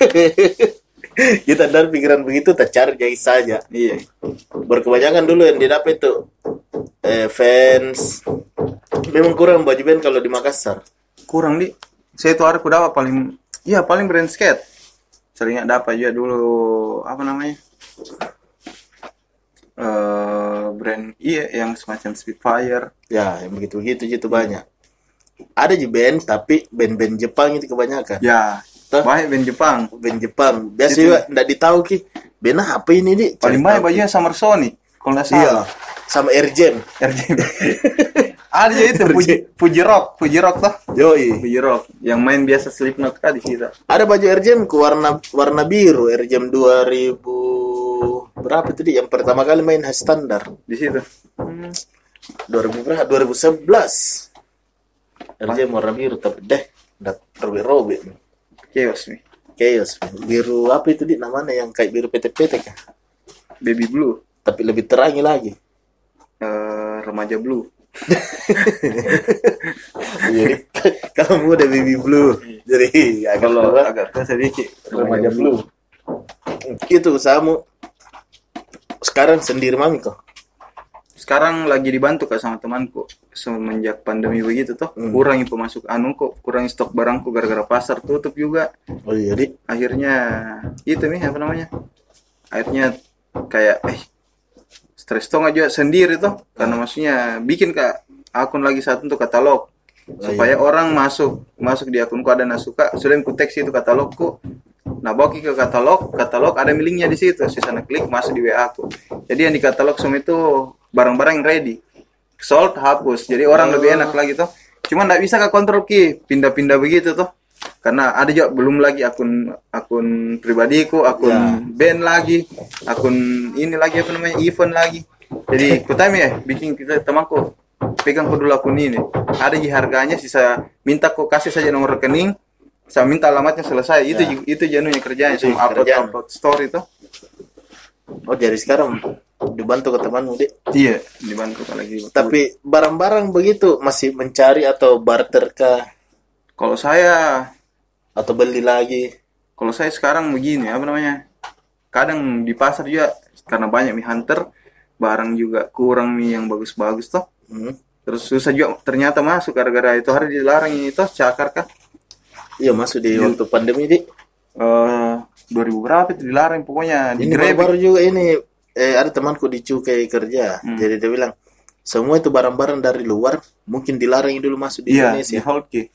kita dari pikiran begitu tak cari jadi saja Iya. berkebanyakan dulu yang didapat itu eh, fans memang kurang baju band kalau di Makassar Kurang di. Saya itu hari ku dapat paling iya paling brand skate. Seringnya dapat juga dulu apa namanya? Eh brand iya yang semacam Spitfire. ya yang begitu begitu gitu banyak ada di band tapi band-band Jepang itu kebanyakan Ya, Tuh. banyak band Jepang. band Jepang biasa Itu. juga nggak ditahu Ki band apa ini di Paling banyak bajunya Summer Sonic. Kalau nggak iya salah. sama Airjam R J B. Ada juga itu Fuji, Fuji Rock, Fuji Rock tuh. yoi Fuji Rock yang main biasa Slipknot kan di situ. ada baju Airjam ke warna warna biru Airjam dua ribu berapa itu di yang pertama kali main high standar Di situ. dua ribu berapa dua ribu sebelas Airjam warna biru tapi deh udah robek-robek Chaos nih. chaos biru apa itu di namanya yang kayak biru P T P T kan Baby Blue. tapi lebih terangi lagi Eh, remaja Blue. jadi kalau muda baby blue Jadi agak Kalau tua, agak tua sedikit remaja blue. Itu usahamu sekarang sendiri mami kok. Sekarang lagi dibantu kak sama temanku semenjak pandemi begitu toh, Hmm. kurangi pemasuk anu kok, kurangi stok barangku gara-gara pasar tutup juga. Oh iya, jadi Akhirnya itu nih apa namanya? Akhirnya kayak eh stres toh aja sendiri toh, karena maksudnya bikin kak akun lagi satu untuk katalog supaya orang masuk masuk di akunku ada nah suka sudah aku teks itu katalogku. Nah, bawa ke katalog, katalog ada linknya di situ, sisa klik masuk di W A aku. Jadi yang di katalog semua itu barang-barang yang ready. Sold, hapus. Jadi orang Oh. lebih enak lagi tuh. Cuma nggak bisa ke kontrol ki, pindah-pindah begitu tuh. Karena ada juga belum lagi akun akun pribadiku, akun Ya. band lagi, akun ini lagi apa namanya event lagi. Jadi kutami ya, bikin kita temanku pegang kok dulu akun ini. Ada di harganya, sisa minta kok kasih saja nomor rekening. Saya minta alamatnya selesai. Itu Ya. itu janunya kerjanya, Itu sama upload kerjaan. upload story tuh. oh jadi sekarang dibantu ke temanmu, Dik. Iya, dibantu kalau lagi. Tapi barang-barang begitu masih mencari atau barter kah Kalau saya atau beli lagi? Kalau saya sekarang begini, apa namanya? Kadang di pasar juga karena banyak mie hunter, barang juga kurang mie yang bagus-bagus toh. Hmm. Terus susah juga ternyata masuk gara-gara itu hari dilarang ini toh, cakar kah? Iya, masuk di Iya. waktu pandemi, Dik. Eh dua ribu berapa itu dilarang pokoknya Ini digrebek. baru-baru juga ini eh, ada temanku di cukai kerja. Hmm. Jadi dia bilang semua itu barang-barang dari luar mungkin dilarang dulu masuk di Iya, di Indonesia. hold ki.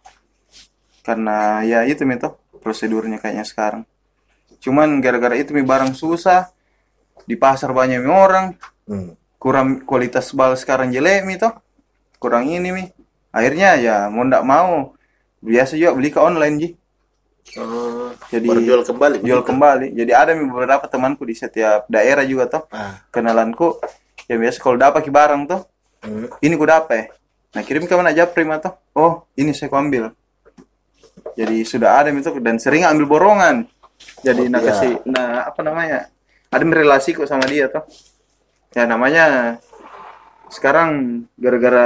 Karena ya itu mi toh prosedurnya kayaknya sekarang. Cuman gara-gara itu mi barang susah, di pasar banyak mi orang, Hmm. kurang kualitas bal sekarang jelek mi toh, kurang ini mi. Akhirnya ya mau ndak mau biasa juga beli ke online ji. Oh, Jadi baru jual kembali. Jual begitu? kembali. Jadi ada mi beberapa temanku di setiap daerah juga toh, Ah. kenalanku yang biasa kalau dapat ki barang toh, Hmm. ini ku dapat. Nah kirim ke mana aja prima toh. Oh ini saya ku ambil. Jadi sudah ada itu dan sering ambil borongan. Jadi Oh, nak iya. kasih, nah apa namanya? Ada relasi kok sama dia toh. Ya namanya sekarang gara-gara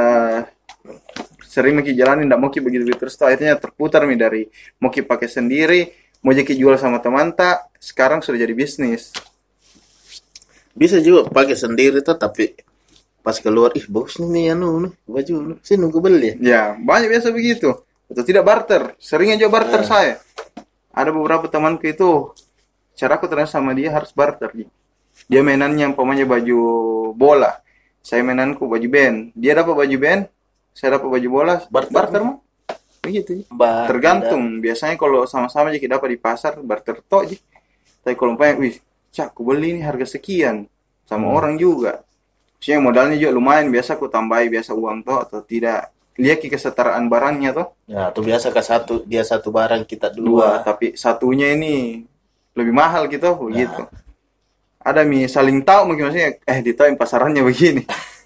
sering maki jalanin ndak mau ki begitu terus toh akhirnya terputar nih dari mau ki pakai sendiri, mau jadi jual sama teman tak, sekarang sudah jadi bisnis. Bisa juga pakai sendiri tuh, tapi pas keluar ih bagus nih anu nih baju nih. Sini nunggu beli. Ya, banyak biasa begitu. Atau tidak barter. Sering aja barter Ya. saya. Ada beberapa temanku itu, cara aku ternyata sama dia harus barter. Ji. Dia mainannya umpamanya baju bola. Saya mainanku baju band. Dia dapat baju band, saya dapat baju bola. Barter. Barter mah. Begitu. Ji. Mbak, Tergantung. Biasanya kalau sama-sama aja kita dapat di pasar, barter tok. Ji. Tapi kalau umpamanya, wih, cak, aku beli ini harga sekian. Sama Hmm. orang juga. Maksudnya modalnya juga lumayan. Biasa aku tambahi biasa uang toh atau tidak. Lihat ki kesetaraan barangnya toh. Ya, tuh biasa ke satu, dia satu barang kita Dua, dua. tapi satunya ini lebih mahal gitu, begitu. Ada mi saling tahu mungkin maksudnya, eh ditahu pasarannya begini.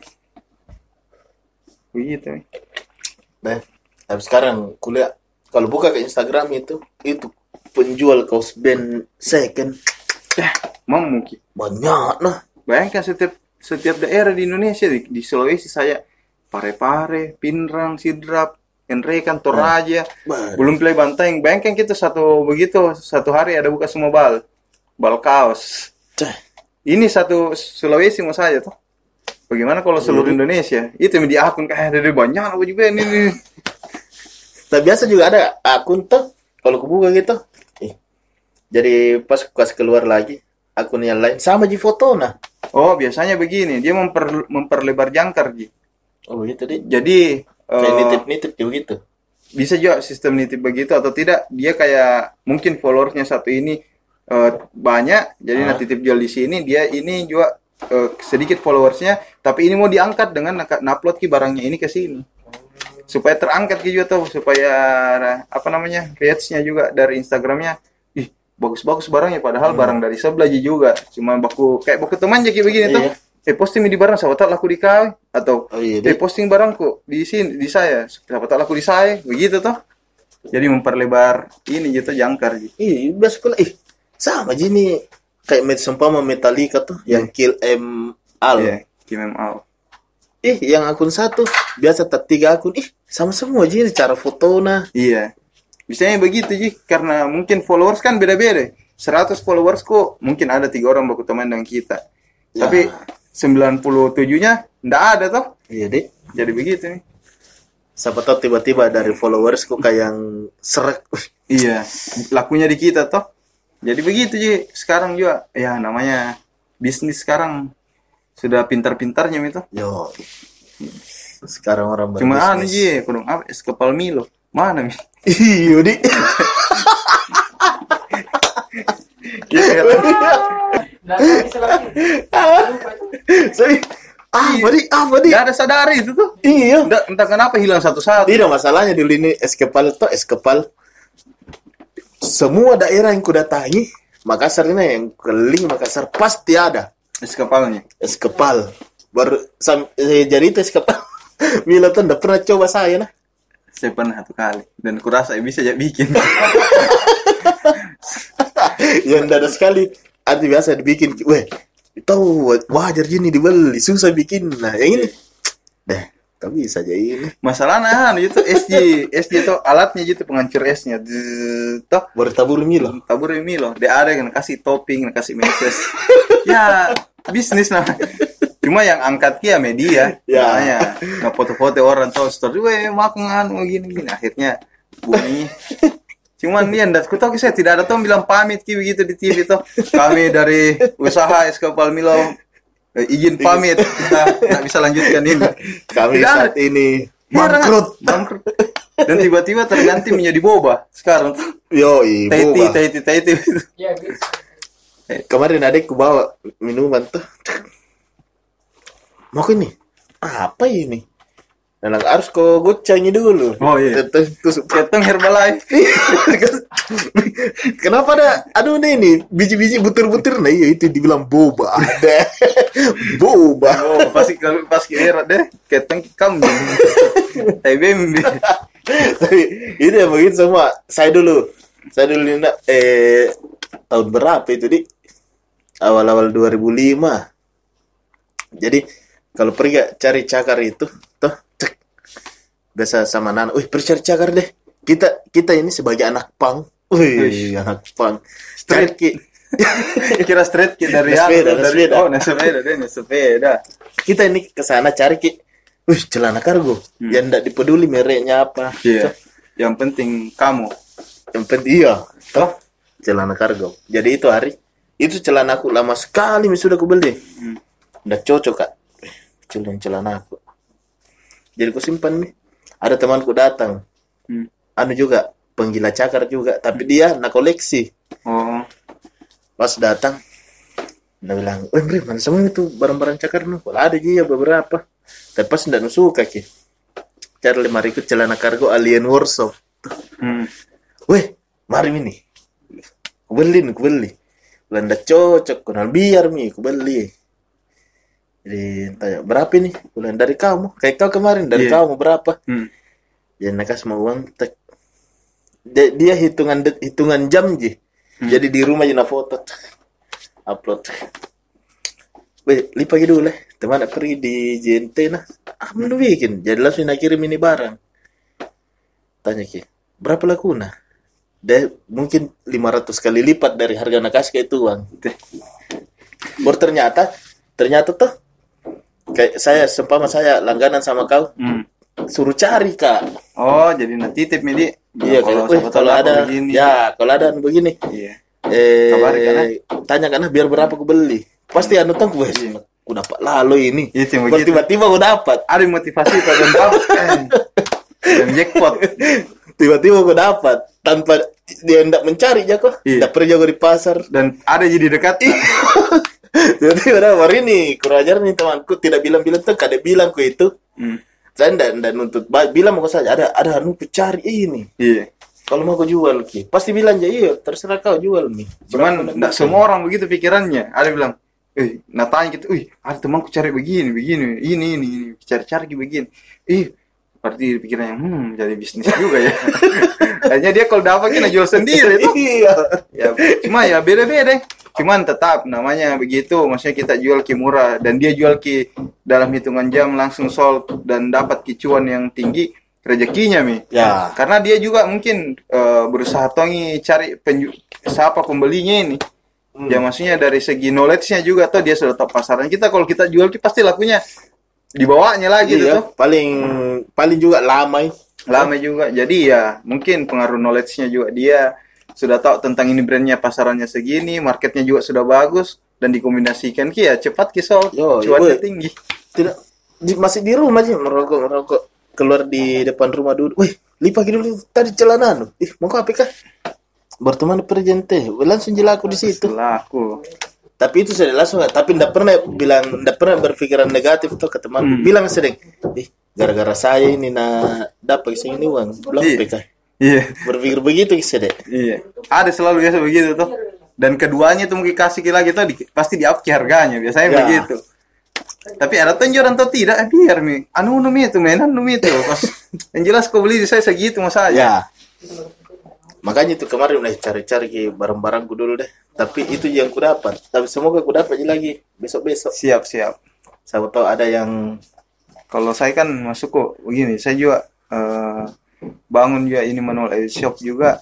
Begitu. Mi. Nah, tapi sekarang kuliah kalau buka ke Instagram itu itu penjual kaos band second Eh, mau mungkin. banyak nah. Bayangkan setiap setiap daerah di Indonesia di, di Sulawesi saya Pare-Pare, Pinrang, Sidrap, Enrekan, Toraja, Bah, belum play Banteng. Bayangkan kita satu begitu satu hari ada buka semua bal, bal kaos. cah. Ini satu Sulawesi mau saja tuh. Bagaimana kalau seluruh Indonesia? Itu yang di akun kayak ada banyak apa juga ini. Nah, biasa juga ada akun tuh kalau kebuka gitu. Ih, jadi pas pas keluar lagi akun yang lain sama di foto nah. Oh, biasanya begini, dia memper, memperlebar jangkar, Ji. Oh gitu deh. Jadi Kayak eh, nitip-nitip juga gitu. bisa juga sistem nitip begitu atau tidak, dia kayak mungkin followersnya satu ini eh, banyak, jadi Ah. nanti titip jual di sini, dia ini juga eh, sedikit followersnya, tapi ini mau diangkat dengan nak- upload ki barangnya ini ke sini. Supaya terangkat gitu tuh, supaya apa namanya, reach-nya juga dari Instagramnya. Ih, bagus-bagus barangnya padahal Hmm. barang dari sebelah Ji juga. Cuma baku kayak baku teman jadi begini tuh. Iya. Eh posting di barang siapa tahu laku di kau atau Oh iya eh deh. posting barangku di sini di saya siapa tahu laku di saya begitu tuh. Jadi memperlebar ini gitu jangkar gitu. Ih, biasa pula ih sama aja nih kayak met seumpama Metallica tuh yang Kill Em Al. Iya, Kim M Al. Ih, yang akun satu biasa tak tiga akun. Ih, sama semua aja nih cara foto nah. Iya. Misalnya begitu Ji, karena mungkin followers kan beda-beda. seratus followers kok mungkin ada tiga orang baku teman dengan kita. Ya. Tapi sembilan puluh tujuh-nya enggak ada toh. Iya, Dik. Jadi begitu nih. Siapa tahu tiba-tiba dari followersku kayak yang serak. Iya, lakunya di kita toh. Jadi begitu Ji. Sekarang juga ya namanya bisnis sekarang sudah pintar-pintarnya itu. Yo. Sekarang orang Cuma anu berbisnis. Ji, kurang apa es kepal Milo. Mana Mi? Iya, Dik. Iya, Saya apa Dik? Apa Dik? Gak ada sadari itu tuh. Iya. Entah, entah kenapa hilang satu-satu. Tidak masalahnya dulu ini es kepal itu es kepal. Semua daerah yang kudatangi, Makassar ini yang keliling Makassar pasti ada Es kepalnya. es kepal. Baru sam, eh, jadi itu es kepal. Mila tuh nggak pernah coba saya nah. Saya pernah satu kali dan kurasa bisa jadi bikin. Yang tidak ada sekali. Arti biasa dibikin. Weh, itu wajar gini dibeli. Susah bikin. Nah yang ini, deh, tapi bisa aja ini. Masalahnya anu itu S J, S J itu alatnya gitu penghancur esnya. Zzz, toh Baru tabur Milo. tabur Milo. Dia ada yang kasih topping, kasih meses. Ya bisnis namanya. Cuma yang angkat kia media, Ya. makanya nggak foto-foto orang tahu story, weh makan mau gini gini. Akhirnya bunyi. Cuman dia ndak tahu saya tidak ada tuh bilang pamit ki begitu di T V tuh. Kami dari usaha es kepal Milo eh, izin pamit, kita nggak bisa lanjutkan ini. Kami Tidak saat ada. ini Bangkrut, bangkrut. bangkrut. Dan tiba-tiba terganti menjadi boba sekarang tuh. Yo, ibu. Taiti, taiti, taiti. Ya bisa. Kemarin adekku bawa minuman tuh. Mau ke ini? Apa ini? Nah, harus kau gocangi dulu. Oh, iya. Terus, terus Keteng Herbalife. kenapa ada? Aduh nih ini biji-biji butir-butir. Nah iya itu dibilang boba. Ada boba. Oh, pasti kalau pas kira deh, keteng kambing. T B M. Tapi itu ya begitu semua. Saya dulu, saya dulu ini eh tahun berapa itu di awal-awal dua ribu lima. Jadi kalau pergi cari cakar itu, tuh, cek. Biasa sama Nana, wih pergi cari cakar deh. Kita kita ini sebagai anak pang, wih anak pang. Cari ki. Kira straight ki dari Naik sepeda, anu, naik dari sepeda. oh, naik sepeda deh, naik sepeda. Kita ini ke sana cari ki. Wih celana kargo. Yang enggak dipeduli mereknya apa. Iya. Yang penting kamu. Yang penting iya, toh celana kargo. Jadi itu hari itu celana aku lama sekali sudah aku beli. Hmm. Udah cocok kak. Celana celana aku. Jadi aku simpan nih. Ada temanku datang. Hmm. Anu juga penggila cakar juga, tapi dia nak koleksi. Oh. Pas datang, dia bilang, "Weh, Bre, mana semua itu barang-barang cakar nu? Kalau ada juga beberapa." Tapi pas ndak suka ki. Cari lima ribu celana kargo Alien Workshop. Hmm. Weh, mari ini. Ku beli, ku beli. Belanda cocok, kenal biar mi, ku beli. Jadi tanya, berapa ini? Bulan dari kamu. Kayak kau kemarin, dari Iya. kamu berapa? Hmm. Jadi mereka semua uang tek. Dia, dia hitungan det- hitungan jam ji. Hmm. Jadi di rumah jena foto. tek. Upload. Weh, lipat lagi dulu lah. Teman nak pergi di J N T nah. Ah, belum bikin. Jadi langsung nak kirim ini barang. Tanya ki, berapa laku nah? Dia mungkin lima ratus kali lipat dari harga nak kasih itu uang. Baru ternyata, ternyata tuh kayak saya seumpama saya langganan sama kau, Hmm. suruh cari kak. Oh, jadi nanti titip ini. Iya, kalau siapa tahu kalau apa ada, begini. ya kalau ada anu begini, Iya. eh, Kabari, kan, ah? tanya karena biar berapa aku beli. Pasti anu tuh gue, Iya. aku dapat lalu ini. Iya, cuma Baru gitu. tiba-tiba aku dapat, Ada motivasi tak dan dapat. Eh. Dan jackpot. tiba-tiba aku dapat tanpa dia hendak mencari jago, Iya. tidak pergi jago di pasar. Dan ada jadi dekat. Tiba-tiba ada hari ini kurang ajar nih temanku tidak bilang-bilang tuh, kada bilang ku itu. Hmm. Saya ndak ndak nuntut, ba- bilang mau saja ada ada anu ku cari ini. Iya. Kalau mau aku jual ki, pasti bilang aja iya, terserah kau jual nih. Cuman enggak semua orang begitu pikirannya. Ada bilang, "Eh, natanya gitu, "Wih, ada temanku cari begini, begini, ini ini, ini. Cari-cari begini." Ih, berarti pikirannya, "Hmm, jadi bisnis juga ya." Hanya dia kalau dapat kita jual sendiri tuh. Iya. Ya, cuma ya beda-beda. Cuman tetap namanya begitu, maksudnya kita jual ki murah dan dia jual ki dalam hitungan jam langsung sold dan dapat ki cuan yang tinggi. rezekinya mi. Ya. Karena dia juga mungkin eh, berusaha tongi cari penju siapa pembelinya ini. Hmm. Ya maksudnya dari segi knowledge-nya juga tuh dia sudah tahu pasaran kita. Kalau kita jual kita pasti lakunya di bawahnya lagi Iya, tuh. paling paling juga lama. Lama juga. Jadi ya mungkin pengaruh knowledge-nya juga dia sudah tahu tentang ini brandnya pasarannya segini, marketnya juga sudah bagus dan dikombinasikan ki ya cepat ki sold, Yo, cuannya iya, tinggi. Tidak di, masih di rumah aja merokok merokok keluar di depan rumah dulu. Wih, lipat dulu tadi celana lu. Ih, mau apa kah? Berteman presente. Langsung jelaku di situ. Laku. Tapi itu saya langsung tapi enggak pernah bilang enggak pernah berpikiran negatif tuh ke teman. Hmm. Bilang sering, "Ih, gara-gara saya ini nah dapat segini uang." Belum Iya. P K. Iya. Berpikir begitu sih deh. Iya. Ada selalu biasa begitu tuh. Dan keduanya tuh mungkin kasih ki lagi tuh di, pasti di up ki harganya biasanya Ya. begitu. Tapi ada tenjoran atau tidak, eh, biar mi. Anu anu mi itu mainan anu mi itu. Pas yang jelas kau beli di saya segitu mas aja. Ya. Makanya itu kemarin udah cari-cari ke barang-barangku dulu deh. Tapi itu yang ku dapat. Tapi semoga ku dapat lagi besok-besok. Siap siap. Saya tahu ada yang Kalau saya kan masuk kok begini, saya juga eh, bangun juga ini manual edit shop juga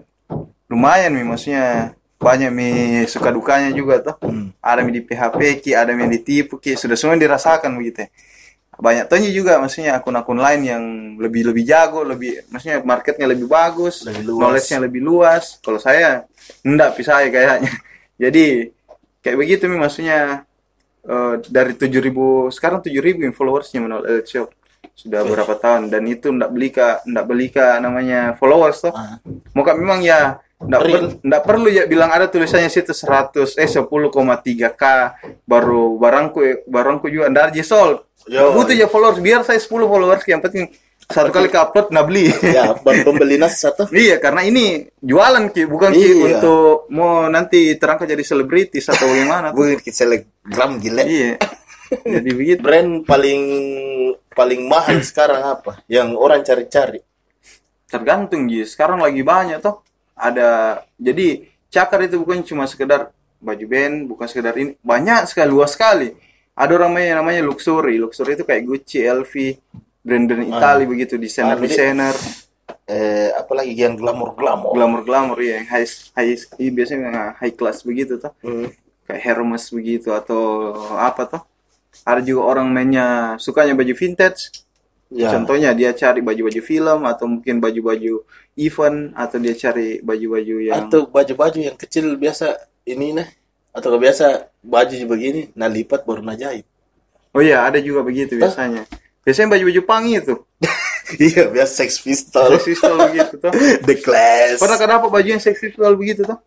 lumayan mi, maksudnya banyak mi suka dukanya juga tuh. Hmm. Ada mi di P H P ki, ada mi ditipu ki, sudah semua dirasakan begitu. Banyak tuhnya juga maksudnya akun-akun lain yang lebih lebih jago, lebih maksudnya marketnya lebih bagus, Lebih luas. knowledge-nya lebih luas. Kalau saya enggak pisah kayaknya. Jadi kayak begitu mi maksudnya. Eh, dari tujuh ribu sekarang tujuh ribu followersnya manual edit shop sudah berapa tahun dan itu ndak beli ka ndak beli ka namanya followers toh. Ah. Muka memang ya ndak Real. per, ndak perlu ya bilang ada tulisannya situ seratus eh sepuluh koma tiga k baru barangku barangku juga ndak aja sold. Yo. Butuh ya followers biar saya sepuluh followers yang penting satu kali ke upload ndak beli. ya pembeli nas satu. Iya, karena ini jualan ki, bukan ki Iya. untuk mau nanti terangkat jadi selebritis atau bagaimana tuh. Bukan selebgram gila. Iya. Jadi begitu. Brand paling paling mahal sekarang apa? Yang orang cari-cari. Tergantung Ji, sekarang lagi banyak toh. Ada jadi cakar itu bukan cuma sekedar baju band, bukan sekedar ini, banyak sekali, luas sekali. Ada orang namanya namanya luxury. Luxury itu kayak Gucci, L V, brand-brand Itali begitu, desainer-desainer, Eh, apalagi yang glamor-glamor. glamour-glamour ya, yang high high iya, biasanya yang high class begitu toh. Hmm. Kayak Hermes begitu atau apa toh. Ada juga orang mainnya sukanya baju vintage. Ya. Contohnya dia cari baju-baju film atau mungkin baju-baju event atau dia cari baju-baju yang Atau baju-baju yang kecil biasa ini nah. Atau biasa baju begini, nah lipat baru nah jahit. Oh iya, ada juga begitu biasanya. Biasanya baju-baju pang itu. Iya, biasa Sex Pistol. Sex pistol begitu tuh. The Clash. Pernah kan dapat baju yang sex pistol begitu tuh?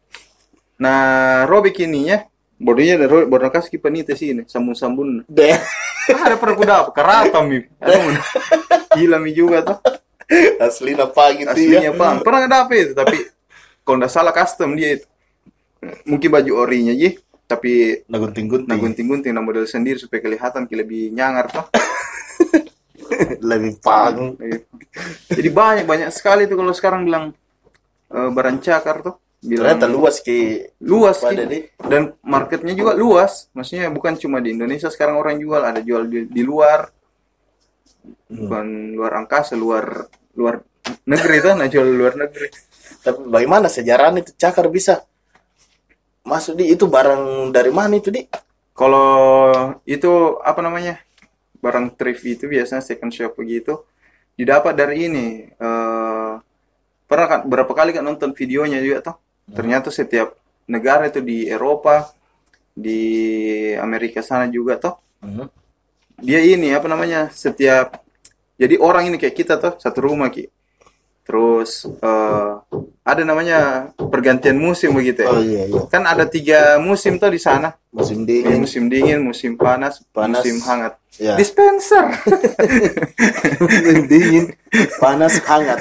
Nah, robek ininya, bodinya ada robek, baru kasih panita sini, sambun-sambun. Deh. Ah, ada pernah aku dapat, karatam mi. Aduh, gila mi juga tuh. Aslinya apa gitu Aslinya ya. pang. Pernah nggak dapet itu, tapi kalau nggak salah custom dia itu. Mungkin baju orinya aja, tapi Nah gunting-gunting. nah gunting-gunting, nah model sendiri supaya kelihatan lebih nyangar tuh. Lebih pang. Jadi banyak banyak sekali tuh kalau sekarang bilang eh, barang cakar tuh. Bilang Ternyata luas ki. luas pada Ki. deh. Dan marketnya juga luas. Maksudnya bukan cuma di Indonesia sekarang orang jual, ada jual di, di luar, bukan luar angkasa, luar luar negeri tuh, nah jual luar negeri. Tapi bagaimana sejarahnya itu cakar bisa masuk di itu barang dari mana itu di? Kalau itu apa namanya barang thrift itu biasanya second shop begitu didapat dari ini. eh pernah kan berapa kali kan nonton videonya juga tuh. Ternyata setiap negara itu di Eropa, di Amerika sana juga tuh. Mhm. Dia ini apa namanya setiap jadi orang ini kayak kita tuh satu rumah Ki. Terus eh, ada namanya pergantian musim begitu ya. Oh iya iya. Kan ada tiga musim tuh di sana. Musim Ini dingin. musim dingin, musim panas, Panas. musim hangat. Ya. Dispenser. Musim dingin, panas, hangat.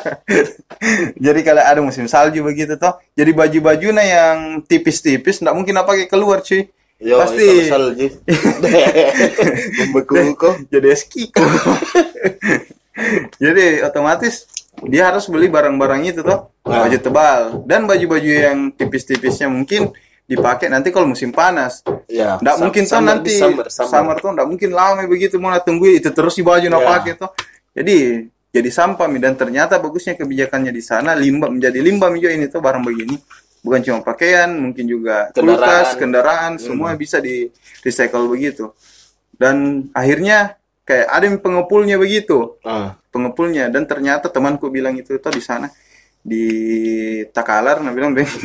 Jadi kalau ada musim salju begitu toh, jadi baju-bajunya yang tipis-tipis nggak mungkin apa pakai keluar cuy. Yo, Pasti itu salju. Membeku kok. jadi eskiko. Jadi otomatis dia harus beli barang-barang itu toh, Nah. baju tebal dan baju-baju yang tipis-tipisnya mungkin dipakai nanti kalau musim panas. Ya. Nggak sam- mungkin tuh summer nanti di summer, summer. summer tuh nggak mungkin lama begitu mau tunggu itu terus si baju nak Ya. pakai tuh. Jadi jadi sampah Mi. Dan ternyata bagusnya kebijakannya di sana, limbah menjadi limbah Mi juga ini tuh barang begini. Bukan cuma pakaian, mungkin juga kulkas, Kendaraan. kendaraan, semua bisa di recycle begitu. Dan akhirnya kayak ada yang pengepulnya begitu. Ah. Pengepulnya. Dan ternyata temanku bilang itu tuh di sana di Takalar, nah bilang di,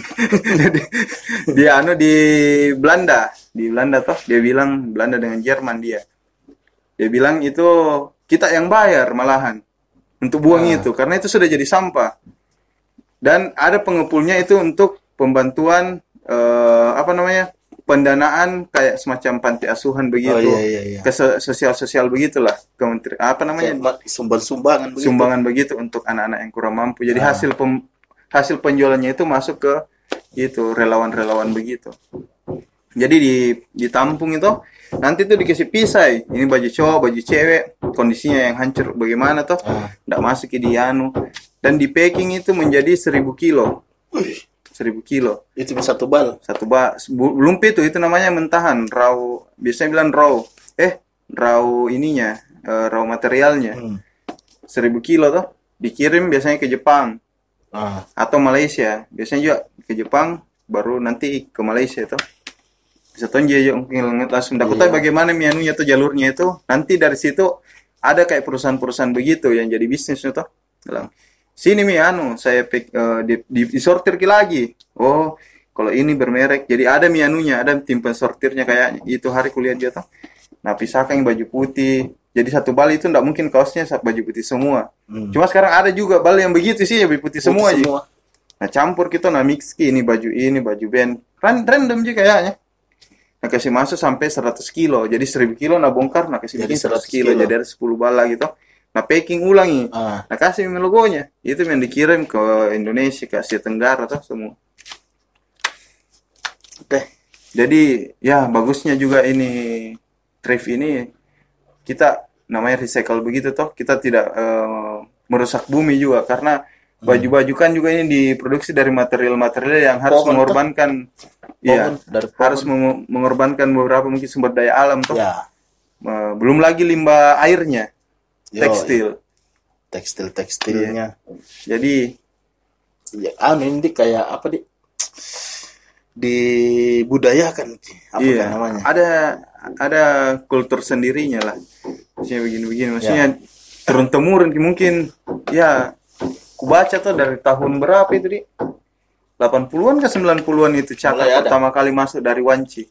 di anu di Belanda, di Belanda toh dia bilang Belanda dengan Jerman dia. Dia bilang itu kita yang bayar malahan untuk buang Ah. itu karena itu sudah jadi sampah. Dan ada pengepulnya itu untuk pembantuan eh, apa namanya? Pendanaan kayak semacam panti asuhan begitu. Oh, iya, iya, iya. Ke so- sosial-sosial begitulah. Kementeri apa namanya? Kayak ma- sumbang-sumbangan begitu. Sumbangan begitu untuk anak-anak yang kurang mampu. Jadi Ah. hasil pem- hasil penjualannya itu masuk ke itu relawan-relawan begitu. Jadi di ditampung itu nanti tuh dikasih pisai. Ini baju cowok, baju cewek, kondisinya yang hancur bagaimana tuh? Ah. Nggak masuk ke di anu. Dan di packing itu menjadi seribu kilo. Seribu kilo. Itu bisa satu bal. Satu bak. Belum itu, itu namanya mentahan. Raw, biasanya bilang raw. Eh, raw ininya, eh, raw materialnya. Hmm. Seribu kilo tuh. Dikirim biasanya ke Jepang. Ah. Atau Malaysia. Biasanya juga ke Jepang, baru nanti ke Malaysia tuh. Bisa tonje juga langsung dapat Iya. bagaimana mianunya tuh jalurnya itu. Nanti dari situ ada kayak perusahaan-perusahaan begitu yang jadi bisnisnya tuh. Bilang, sini mi anu saya pick, eh, di, di, disortir ki lagi. Oh, kalau ini bermerek. Jadi ada mi anunya, ada tim pensortirnya kayaknya. Itu hari kuliah dia tuh. Nah, pisahkan yang baju putih. Jadi satu bal itu enggak mungkin kaosnya baju putih semua. Hmm. Cuma sekarang ada juga bal yang begitu sih, baju putih, semua aja. semua. Nah, campur kita nah mix ki ini baju ini, baju band. Ran, random juga kayaknya. Nah, kasih masuk sampai seratus kilo. Jadi seribu kilo nah bongkar, nah kasih Jadi bikin seratus seratus kilo. kilo. Jadi ada sepuluh bal lagi tuh. Nah, packing ulangi. Ah. Nah, kasih logonya. Itu yang dikirim ke Indonesia, ke Asia Tenggara tuh semua. Oke. Jadi, ya bagusnya juga ini thrift ini kita namanya recycle begitu toh. Kita tidak eh, merusak bumi juga karena baju-baju kan juga ini diproduksi dari material-material yang harus Pohon, mengorbankan iya, Pohon, dari pohon. harus meng- mengorbankan beberapa mungkin sumber daya alam toh. Ya. Eh, belum lagi limbah airnya, Yo, tekstil. Tekstil-tekstilnya. Jadi, Ya, anu ini kayak apa di dibudayakan apa iya, kan namanya? ada ada kultur sendirinya lah. Maksudnya begini-begini, maksudnya Ya. turun temurun mungkin ya kubaca tuh dari tahun berapa itu di delapan puluhan ke sembilan puluhan itu Mulai cakap ada. pertama kali masuk dari Wanci.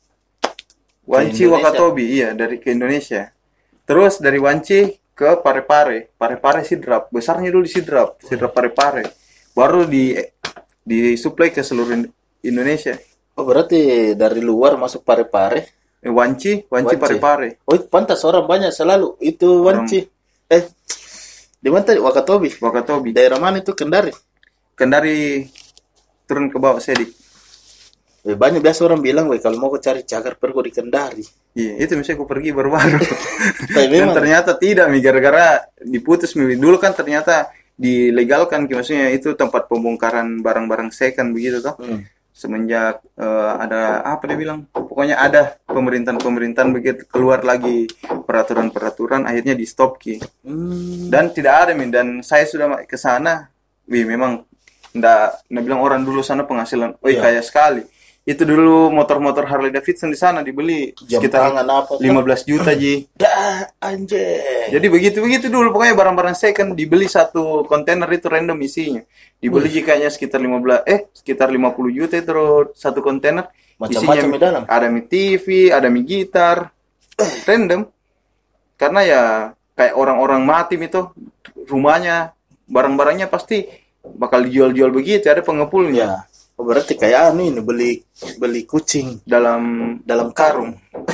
Wanci Indonesia. Wakatobi, iya dari ke Indonesia. Terus dari Wanci ke Parepare, Parepare Sidrap, besarnya dulu di Sidrap, Sidrap Parepare. Baru di disuplai ke seluruh In- Indonesia. Oh, berarti dari luar masuk Parepare. Eh, Wanci, Wanci Wanci. Parepare. Oh, itu pantas orang banyak selalu itu Wanci. Eh, di mana tadi? Wakatobi. Wakatobi. Daerah mana itu? Kendari. Kendari turun ke bawah sedik. Eh, banyak biasa orang bilang, "Weh, kalau mau kau cari cagar pergi di Kendari." Iya, itu misalnya aku pergi baru-baru. Tapi Dan memang ternyata tidak, Mi, gara-gara diputus, Mi. Dulu kan ternyata dilegalkan, Ki, maksudnya itu tempat pembongkaran barang-barang second begitu toh. Hmm. Semenjak eh, ada apa dia bilang? Pokoknya ada pemerintahan-pemerintahan begitu keluar lagi peraturan-peraturan, akhirnya di stop, Ki. Hmm. Dan tidak ada, Mi. Dan saya sudah ke sana, Wih, memang ndak ndak bilang orang dulu sana penghasilan, wih, Iya. kaya sekali. Itu dulu motor-motor Harley Davidson di sana dibeli Jam sekitar tangan apa tuh? lima belas juta, Ji. Dah, anjir. Jadi begitu-begitu dulu, pokoknya barang-barang second dibeli satu kontainer itu random isinya. Dibeli jikanya sekitar lima belas eh sekitar lima puluh juta itu satu kontainer. Macam-macam di dalam. Ada mi T V, ada mi gitar. Random. Karena ya kayak orang-orang mati itu rumahnya, barang-barangnya pasti bakal dijual-jual begitu, ada pengepulnya Ya. Oh, berarti kayak anu ini beli beli kucing dalam dalam karung.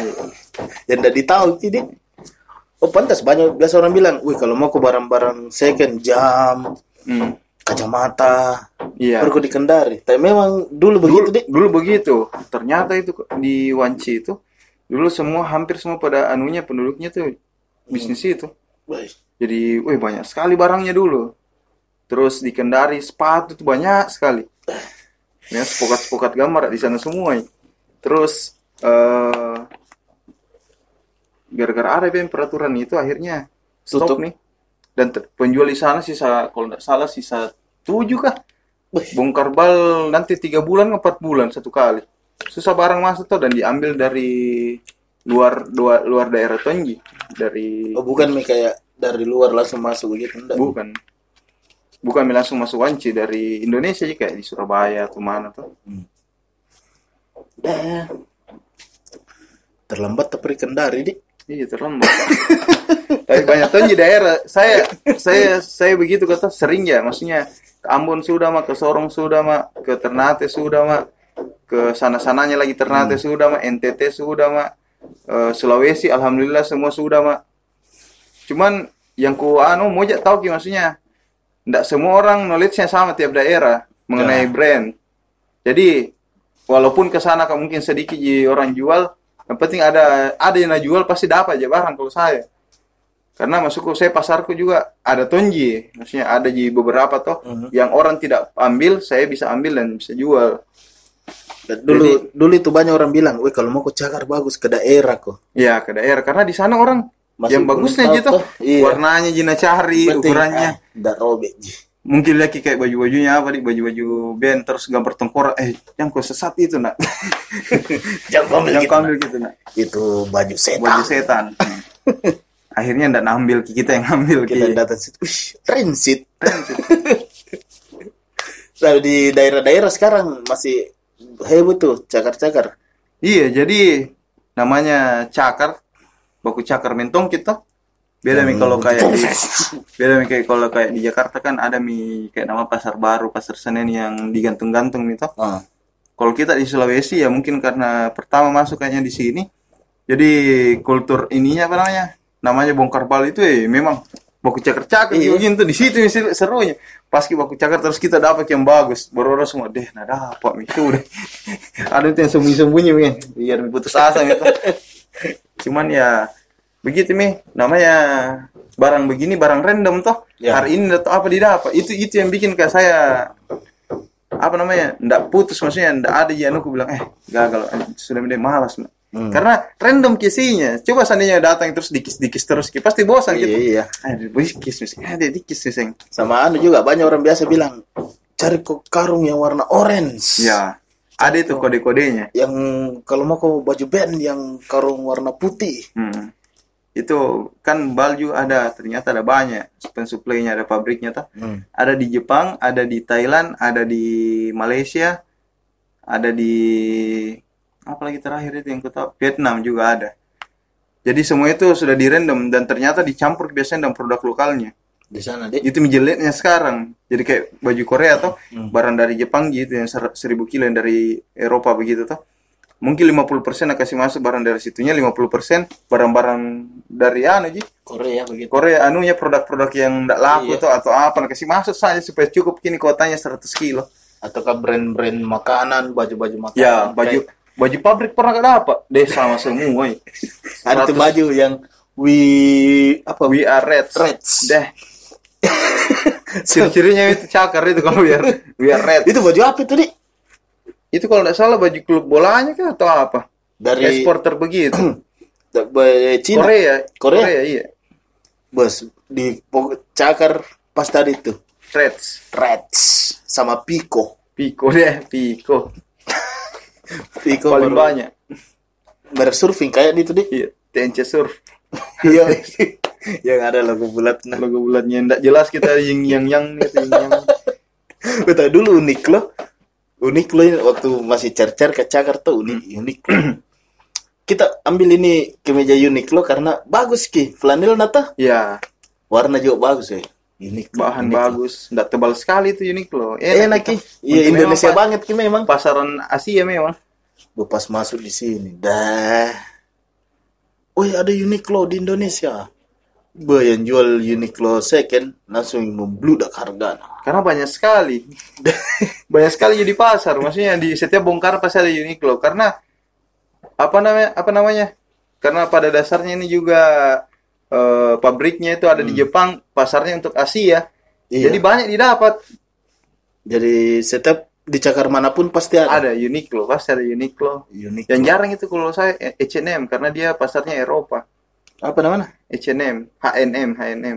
Dan tidak ditahu tidak. Oh, pantas banyak biasa orang bilang, "Wih, kalau mau ke barang-barang second jam, hmm, kacamata, iya. pergi di Kendari." Tapi memang dulu begitu, Dulu, Dik. dulu begitu. Ternyata itu di Wanci itu dulu semua hampir semua pada anunya penduduknya tuh bisnis itu. Wih, Jadi, wih banyak sekali barangnya dulu. Terus di Kendari sepatu tuh banyak sekali. Ya, sepokat-sepokat gambar di sana semua. Terus eh gara-gara ada yang peraturan itu akhirnya stop Tutup. nih. Dan te- penjual di sana sisa, kalau nggak salah sisa tujuh kah? Wih, Bongkar bal nanti tiga bulan empat bulan satu kali. Susah barang masuk tuh dan diambil dari luar luar, luar daerah Tonji. Dari oh bukan Mi kayak dari luar langsung masuk begitu enggak? bukan bukan langsung masuk Wanci dari Indonesia aja kayak di Surabaya atau mana tuh. Dah. Terlambat tapi Kendari, Dik. Iya terlambat. Tapi banyak tuh di daerah. Saya saya saya begitu kata sering ya, maksudnya ke Ambon sudah mak, ke Sorong sudah mak, ke Ternate sudah mak, ke sana-sananya lagi Ternate sudah mak, N T T sudah mak, eh, Sulawesi alhamdulillah semua sudah mak. Cuman yang ku anu mau jak tahu ki maksudnya, ndak semua orang knowledge-nya sama tiap daerah mengenai Ya. brand. Jadi walaupun ke sana kan mungkin sedikit ji orang jual, yang penting ada ada yang jual pasti dapat aja barang kalau saya. Karena masukku saya pasarku juga ada tonji, maksudnya ada di beberapa toh Mhm. yang orang tidak ambil, saya bisa ambil dan bisa jual. Dan dulu dulu itu banyak orang bilang, "Wih, kalau mau ke Cakar bagus ke daerah kok." Ya ke daerah karena di sana orang Masih yang belum bagusnya tahu gitu, toh, iya. warnanya jina cari, Penting, ukurannya. ah, ndak robek ji. Mungkin lagi kayak baju-bajunya apa di baju-baju band terus gambar tengkorak, eh yang kau sesat itu nak, Jangan ambil yang gitu. kau ambil gitu nak, Itu baju setan. baju setan. Hmm. Akhirnya ndak ambil kita yang ambil Kita ki. datang situ, "Wih, transit." Nah, di daerah-daerah sekarang masih heboh tuh cakar-cakar. Iya, jadi namanya cakar, baku cakar mentong kita. Beda mi kalau kayak di, beda mi kayak kalau kayak di Jakarta kan ada mi kayak nama pasar baru, pasar Senen yang digantung-gantung gitu. Ah, Kalau kita di Sulawesi ya mungkin karena pertama masuk kayaknya di sini, jadi kultur ininya apa namanya, namanya bongkar bal itu ya memang baku cakar-cakar Iya. gitu di situ yang seru- serunya. Pas kita baku cakar terus kita dapat yang bagus, baru orang semua deh, nah dapat mi itu deh. Ada itu yang sembunyi-sembunyi mi, biar mi putus asa gitu. Cuman ya begitu mi, namanya barang begini barang random toh. Ya. Hari ini atau apa didapat. Itu itu yang bikin kayak saya apa namanya? Ndak putus maksudnya ndak ada yang aku bilang eh gagal eh, sudah mending malas. Mak. Hmm. Karena random kisinya. Coba seandainya datang terus dikis-dikis terus ki, pasti bosan iya, gitu. iya. Ada dikis mis, ada dikis mis. Seng. Sama anu juga banyak orang biasa bilang, "Cari kok karung yang warna orange." Ya. Ada itu kode-kodenya. Yang kalau mau kau baju band yang karung warna putih. Hmm. Itu kan baju ada, ternyata ada banyak pensuplainya, ada pabriknya tuh. Hmm. Ada di Jepang, ada di Thailand, ada di Malaysia, ada di apa lagi terakhir itu yang ku tahu, Vietnam juga ada. Jadi semua itu sudah di random dan ternyata dicampur biasanya dengan produk lokalnya. Di sana, Dik. Itu menjeleknya sekarang. Jadi kayak baju Korea tuh, barang dari Jepang gitu yang ser- seribu kilo yang dari Eropa begitu tuh. Mungkin lima puluh persen akan kasih masuk barang dari situnya, lima puluh persen barang-barang dari anu ji. Korea begitu. Korea anunya produk-produk yang enggak laku Iya. tuh atau apa nah, kasih masuk saja supaya cukup kini kuotanya seratus kilo. Ataukah brand-brand makanan, baju-baju makanan. Ya, baju Kayak- baju pabrik pernah gak dapat? Deh sama semua. ya. ada tuh seratus baju yang we apa We are Reds. Reds. Deh. Ciri-cirinya itu cakar itu kalau biar We are Reds. Itu baju apa itu, Dik? Itu kalau enggak salah baju klub bolanya kah atau apa? Dari Eksporter begitu. da- Cina. Korea. Korea? iya. Bos di pok- cakar pas tadi tuh. Reds. Reds sama Pico. Pico deh, Pico. Pico Paling baru- banyak. bersurfing kayak itu, Dik. Iya, T N C Surf. Iya. Yang ada logo bulat nah. Logo bulatnya enggak jelas kita yang yang yang itu yang yang. Betul dulu unik loh. Unik loh ini waktu masih cer-cer ke cakar tuh unik unik. Kita ambil ini kemeja unik loh karena bagus ki flanel nata Ya, warna juga bagus ya. Unik bahan unik. bagus, enggak tebal sekali itu Uniqlo. Enak ki. Iya Untuk Indonesia memang banget ki memang. pa- pasaran Asia memang. Gua pas masuk di sini dah. Oh ada Uniqlo di Indonesia. Bah yang jual Uniqlo second langsung membludak harga. Karena banyak sekali. banyak sekali jadi pasar. Maksudnya di setiap bongkar pasti ada Uniqlo karena apa namanya? Apa namanya? Karena pada dasarnya ini juga eh, pabriknya itu ada di Jepang, pasarnya untuk Asia. Iya. Jadi banyak didapat. Jadi setiap di cakar manapun pasti ada. Ada Uniqlo, pasti ada Uniqlo. Uniqlo. Yang jarang itu kalau saya H and M karena dia pasarnya Eropa. Apa namanya? H and M, H and M, H and M.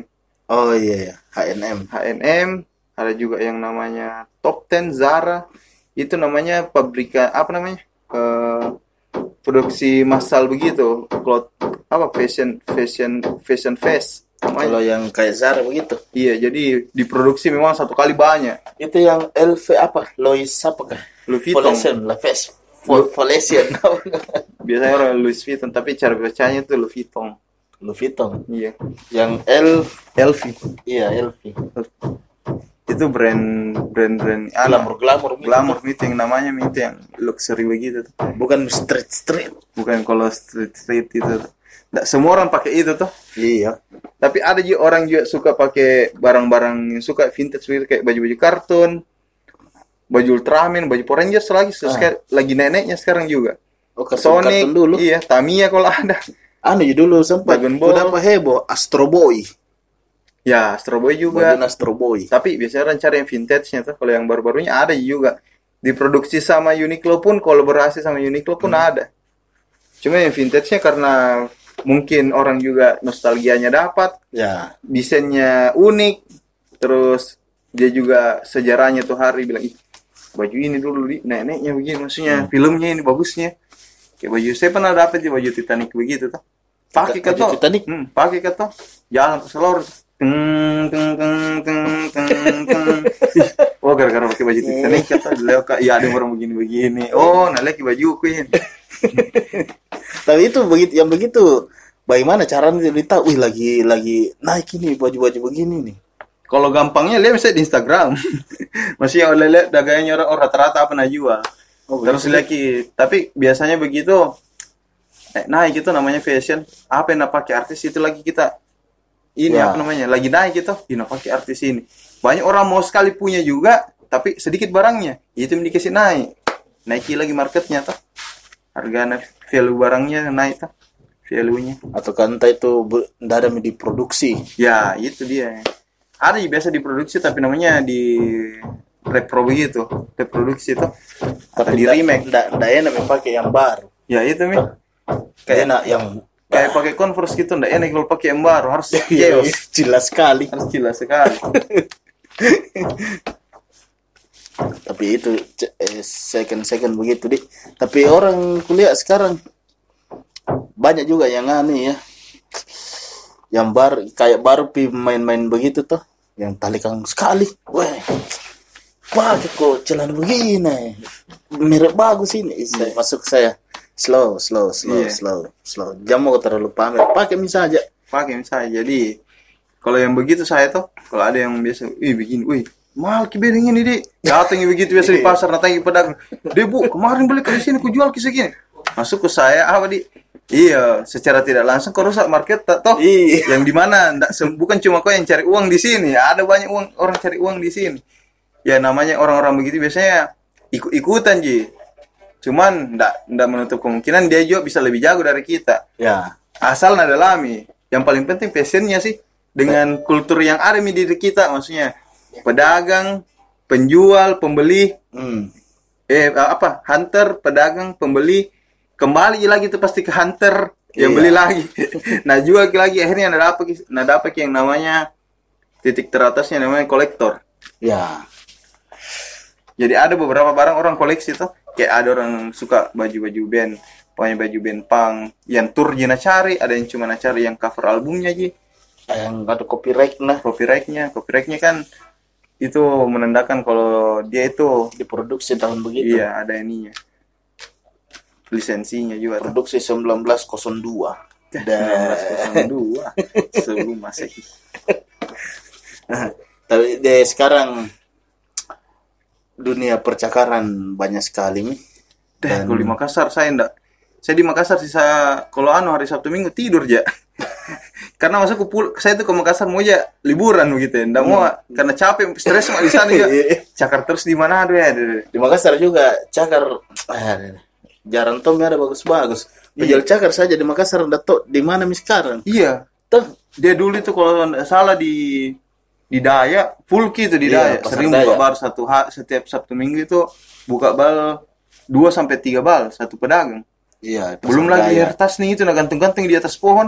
Oh iya, iya. H and M. H and M, ada juga yang namanya Top Ten, Zara. Itu namanya pabrika apa namanya? Eh, produksi massal begitu. Cloth apa fashion fashion fashion fast namanya. Kalau yang kayak Zara begitu. Iya, jadi diproduksi memang satu kali banyak. Itu yang L V apa? Louis apa kah? Louis Vuitton. Foundation, La Fest. Foundation. Biasanya orang Louis Vuitton, tapi cara bacanya itu Louis Vuitton. Louis Vuitton. Iya. Yang L L V. iya L V. Itu brand brand brand Glamour glamour glamour itu yang namanya itu yang luxury begitu tuh. Bukan street street. Bukan kalau street street itu. Nggak semua orang pakai itu tuh. Iya. Tapi ada juga orang juga suka pakai barang-barang yang suka vintage gitu kayak baju-baju kartun, baju Ultraman, baju Power Rangers lagi ah. lagi neneknya sekarang juga. Oh, kartun, Sonic kartun dulu. Iya, Tamiya kalau ada. Anu ya dulu sempat udah apa heboh Astro Boy. Ya, Astro Boy juga. Baju Astro Boy. Tapi biasanya orang cari yang vintage-nya tuh. Kalau yang baru-barunya ada juga. Diproduksi sama Uniqlo pun, kolaborasi sama Uniqlo pun hmm. ada. Cuma yang vintage-nya karena mungkin orang juga nostalgianya dapat. Ya. Desainnya unik. Terus dia juga sejarahnya tuh hari bilang, ih baju ini dulu di neneknya begini. Maksudnya hmm. filmnya ini bagusnya. Kayak baju saya pernah dapat di baju Titanic begitu tuh. Pakai ke tuh. Titanic. Hmm, pakai ke tuh. Jalan ke seluruh. Teng teng teng teng teng teng. Oh, gara-gara pakai baju Titanic kata Leo kak, ya ada orang begini-begini. Oh, nah lagi baju Queen. Tapi itu begitu yang begitu. Bagaimana caranya dia tahu, wih lagi lagi naik ini baju-baju begini nih. Kalau gampangnya lihat misalnya di Instagram. Masih yang lihat dagangnya orang rata-rata apa najwa. Oh, terus lagi, tapi biasanya begitu eh, naik itu namanya fashion. Apa yang pakai artis itu lagi kita ini ya. Apa namanya? Lagi naik gitu. Ini pakai artis ini. Banyak orang mau sekali punya juga, tapi sedikit barangnya. Itu yang dikasih naik. Naiki lagi marketnya tuh. Harga value barangnya naik tuh. Value-nya. Atau kan entah itu tidak ada diproduksi. Ya, itu dia. Ada biasa diproduksi tapi namanya di repro begitu, reproduksi itu. Tapi di remake, ndak ndak enak pakai yang baru. Ya itu mi. Kayak enak yang kayak pakai Converse gitu, ndak enak kalau pakai yang baru, harus chaos. Jelas sekali. Harus jelas sekali. Tapi itu second second begitu deh. Tapi orang kuliah sekarang banyak juga yang aneh ya. Yang baru kayak baru main-main begitu tuh, yang talikang sekali. Weh. Wah, kok celana begini. Merek bagus ini. Saya masuk saya. Slow, slow, slow, yeah. slow, slow. Jangan mau terlalu pamer. Pakai misalnya. Pakai misalnya. Jadi kalau yang begitu saya tuh, kalau ada yang biasa, wih begini, wih mahal kibering ini deh. Datang begitu biasa di pasar, datang pedagang. Deh bu, kemarin beli ke sini, ku jual kisah gini. Masuk ke saya apa di? Iya, secara tidak langsung kau rusak market toh. Iya. Yang di mana enggak bukan cuma kau yang cari uang di sini, ada banyak uang orang cari uang di sini. Ya namanya orang-orang begitu biasanya ikut-ikutan ji. Cuman enggak enggak menutup kemungkinan dia juga bisa lebih jago dari kita. Ya. Asal nada lami. Yang paling penting passionnya sih dengan kultur yang ada di diri kita, maksudnya pedagang, penjual, pembeli, hmm. eh apa? Hunter, pedagang, pembeli. Kembali lagi tuh pasti ke hunter yang iya. Beli lagi. Nah juga lagi akhirnya ada apa? Ada apa yang namanya titik teratasnya namanya kolektor. Ya. Jadi ada beberapa barang orang koleksi tuh. Kayak ada orang suka baju-baju band, pokoknya baju band punk. Yang tour jina cari, ada yang cuma cari yang cover albumnya aja. Yang ada copyright nah. Copyrightnya, copyrightnya kan itu menandakan kalau dia itu diproduksi tahun begitu. Iya ada ininya. Lisensinya juga produksi sembilan belas nol dua sembilan belas nol dua sebelum Masehi. Nah, tapi deh sekarang dunia percakaran banyak sekali nih. Dan kalau di Makassar saya enggak. Saya di Makassar sisa kalau anu hari Sabtu Minggu tidur aja. Karena masa kupul saya tuh ke Makassar mau aja liburan begitu ya. Enggak mau hmm. karena capek stres mah di sana ya. Cakar terus di mana ada ya. Di Makassar juga cakar jarang Tom ada bagus-bagus. Penjual iya. Cakar saja di Makassar udah tau di mana mis sekarang. Iya. Tuh dia dulu itu kalau salah di di Daya full gitu di iya, Daya. Sering Daya. Buka bar satu ha, setiap Sabtu Minggu itu buka bal dua sampai tiga bal satu pedagang. Iya. Belum lagi hertas nih itu nah gantung-gantung di atas pohon.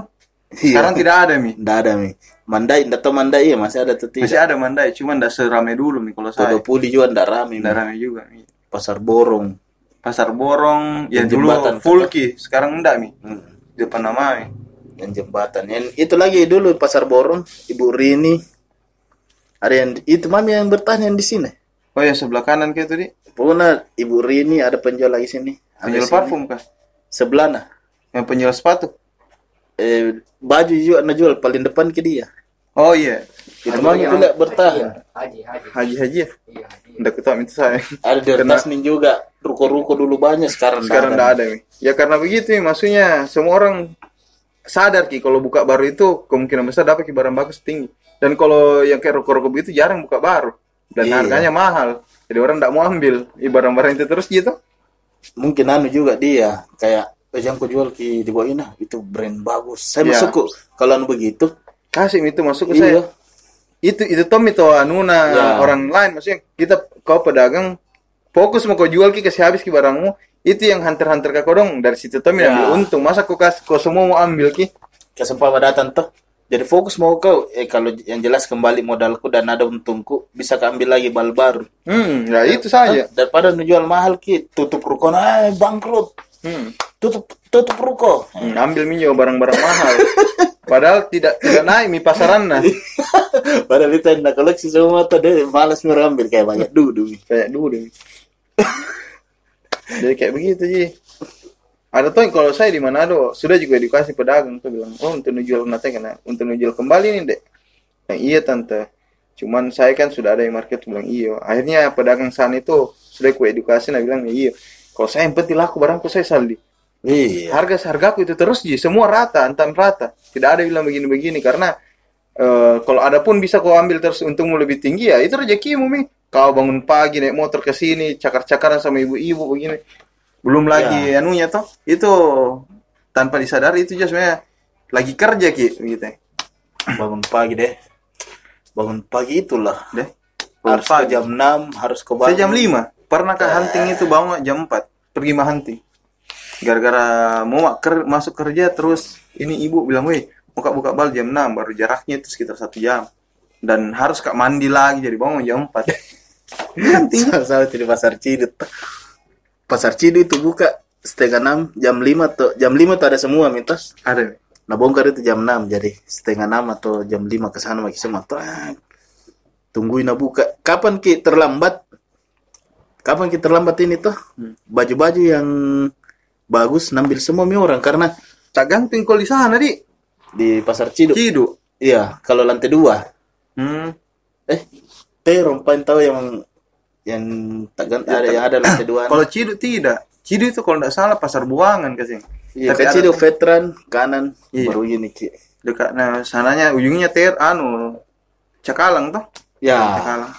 Sekarang tidak ada mi. Nggak ada mi. Mandai, nggak tahu Mandai ya masih ada tuh Masih tidak. ada Mandai, cuman nggak seramai dulu mi kalau saya. Todo Puli juga nggak rame. Nggak Mi. ramai juga mi. Pasar Borong. Pasar Borong, ya Dan dulu jembatan, full ki, sekarang enggak mi. Hmm. Depan nama mi. Dan jembatan. Yang itu lagi dulu Pasar Borong, Ibu Rini. Ada yang itu mami yang bertahan yang di sini. Oh ya sebelah kanan kayak tadi. Pokoknya Ibu Rini ada penjual lagi sini. Ada Penjual sini. parfum kah? Sebelah nah. Yang penjual sepatu. Eh, baju juga nak jual paling depan ke dia. Oh iya. Itu mami pula bertahan. Haji, haji. Haji Haji ya. Iya, haji. Nggak ketahui itu saya. Ada di atas nih juga. Ruko-ruko dulu banyak sekarang. Sekarang nggak nggak ada mi. Ya karena begitu mi, maksudnya semua orang sadar ki kalau buka baru itu kemungkinan besar dapat ki barang bagus tinggi. Dan kalau yang kayak rokok-rokok begitu jarang buka baru dan Iya. harganya mahal. Jadi orang nggak mau ambil i barang-barang itu terus gitu. Mungkin anu juga dia kayak eh, jangan kau jual ki di bawah ini itu brand bagus. Saya Iya. masuk kok kalau anu begitu. Kasih itu masuk ke Iya. saya. Itu itu tom itu anuna Ya. orang lain maksudnya kita kau pedagang fokus mau kau jual ki kasih habis ki barangmu itu yang hunter-hunter ke kodong dari situ tom Ya. ambil untung masa kau kas kau semua mau ambil ki Kesempatan datang tuh. Jadi fokus mau kau eh kalau yang jelas kembali modalku dan ada untungku bisa keambil lagi bal baru. hmm ya itu saja. Ah, daripada nu jual mahal ki tutup ruko nah bangkrut. Hmm. Tutup tutup ruko. Hmm, ambil minyak barang-barang mahal. Padahal tidak tidak naik mi pasaran nah. Padahal itu yang nak koleksi semua tuh deh malas merambil kayak banyak dudu. Kayak dulu deh. Jadi kayak begitu sih. Ada tuh yang kalau saya di Manado sudah juga edukasi pedagang tuh bilang, oh untuk jual nanti kena untuk jual kembali nih dek. Yang iya tante. Cuman saya kan sudah ada yang market bilang iya. Akhirnya pedagang sana itu sudah ku edukasi nah bilang iya. Kalau saya yang penting laku barangku saya saldi. Iya. Harga hargaku itu terus ji semua rata antam rata. Tidak ada bilang begini-begini karena eh, kalau ada pun bisa kau ambil terus untungmu lebih tinggi ya itu rezekimu mi. Kau bangun pagi naik motor ke sini cakar-cakaran sama ibu-ibu begini. Belum lagi Ya. anunya toh itu tanpa disadari itu just sebenarnya lagi kerja ki gitu. Bangun pagi deh. Bangun pagi itulah. Deh. Harus ke jam enam, harus ke Saya bangun. jam lima. Pernah ke hunting itu bangun jam empat. Pergi mah hunting. Gara-gara mau ker masuk kerja terus ini ibu bilang, "Weh, buka-buka bal jam enam baru jaraknya itu sekitar satu jam." Dan harus kak mandi lagi jadi bangun jam empat. Hunting. Sama di pasar Cidut. Pasar Cidut itu buka setengah enam, jam lima tuh. Jam lima tuh ada semua mintas. Ada. Nah bongkar itu jam enam jadi setengah enam atau jam lima ke sana lagi semua. Trak. Tungguin na buka. Kapan ki terlambat? Kapan ki terlambat ini tuh? Baju-baju yang bagus nambil semua mi orang karena Tak gantung kalau di sana di di pasar Ciduk. Cidu. Iya, kalau lantai dua. Hmm. Eh, terong paling tahu yang yang tak gan- ada yang ada lantai dua. Kalau Cidu tidak. Cidu itu kalau tidak salah pasar buangan kasih. Iya, Tapi kan ada- Ciduk veteran kanan Iya. baru ini ki. Dekat nah sananya ujungnya ter anu Cakalang toh. Ya, Cakalang.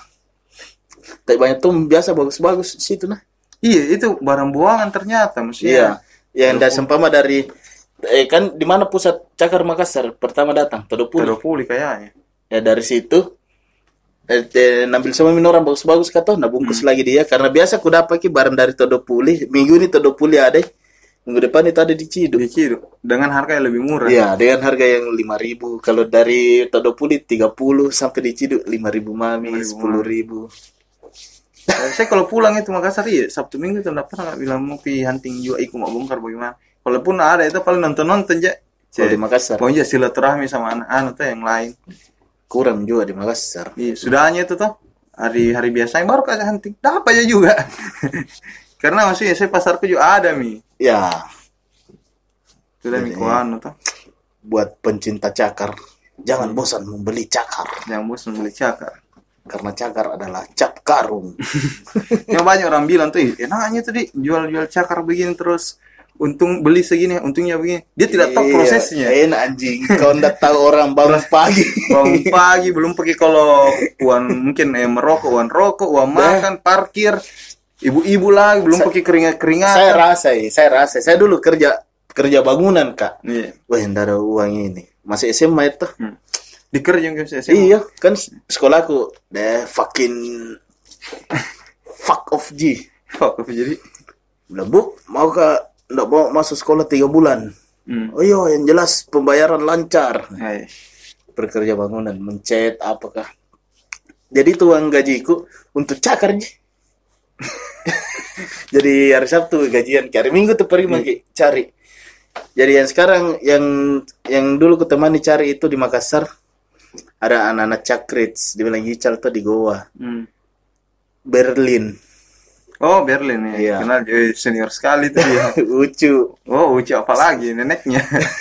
tapi banyak tuh biasa bagus-bagus di situ nah. Iya, itu barang buangan ternyata Iya, maksudnya. yang dari sempama dari eh kan di mana pusat Cakar Makassar pertama datang Todopuli. Todopuli kayaknya. Ya dari situ eh, eh, nambil semua minuman bagus-bagus kata nah bungkus lagi dia karena biasa aku dapat ki barang dari Todopuli minggu ini Todopuli ada minggu depan itu ada di Ciduk. Di Cidu dengan harga yang lebih murah. Iya dengan harga yang lima ribu kalau dari Todopuli tiga puluh sampai di Ciduk lima ribu mami sepuluh ribu. Eh, Saya kalau pulang itu Makassar iya Sabtu Minggu itu enggak pernah nggak bilang mau pi hunting juga ikut mau bongkar bagaimana. Kalaupun ada itu paling nonton-nonton aja. Kalau di Makassar Pokoknya silaturahmi sama anak-anak tuh yang lain. kurang juga di Makassar. Iya, sudahnya itu tuh hari-hari biasa yang baru kasih hunting. Dapat aja juga. Karena maksudnya saya pasarku juga ada mi. Ya Sudah mi kuanu tuh. buat pencinta cakar jangan bosan membeli cakar Yang bosan beli cakar. karena cakar adalah cap karung. Yang banyak orang bilang tuh, "Ih, enaknya tuh di jual-jual cakar begini terus untung beli segini, untungnya begini." Dia tidak tahu Iya, prosesnya. enak anjing. Kau ndak tahu orang bangun pagi. Bangun pagi belum pakai kalau uang mungkin eh, merokok, uang rokok, uang makan, parkir, ibu-ibu lagi belum pakai keringat-keringat. Saya rasa, ya, saya rasa. Saya dulu kerja kerja bangunan kak. Iya. Wah, ndak ada uang ini. Masih S M A itu. Hmm. Di kerja yang saya Iya, kan sekolahku deh fucking fuck off G. Fuck, jadi Udah bu, mau ke ndak mau masuk sekolah tiga bulan. Hmm. Oh iya, yang jelas pembayaran lancar. Hai. Pekerja bangunan, mencet apakah. Jadi itu uang gajiku untuk cakar Ji. Jadi hari Sabtu gajian, hari Minggu tuh pergi lagi cari. Jadi yang sekarang yang yang dulu ku temani cari itu di Makassar, ada anak-anak cakrits, dibilang Gical tuh di Goa. Hmm. Berlin. Oh, Berlin ya. Iya. Kenal eh, senior sekali tuh dia. Lucu. Oh, Uci apalagi neneknya.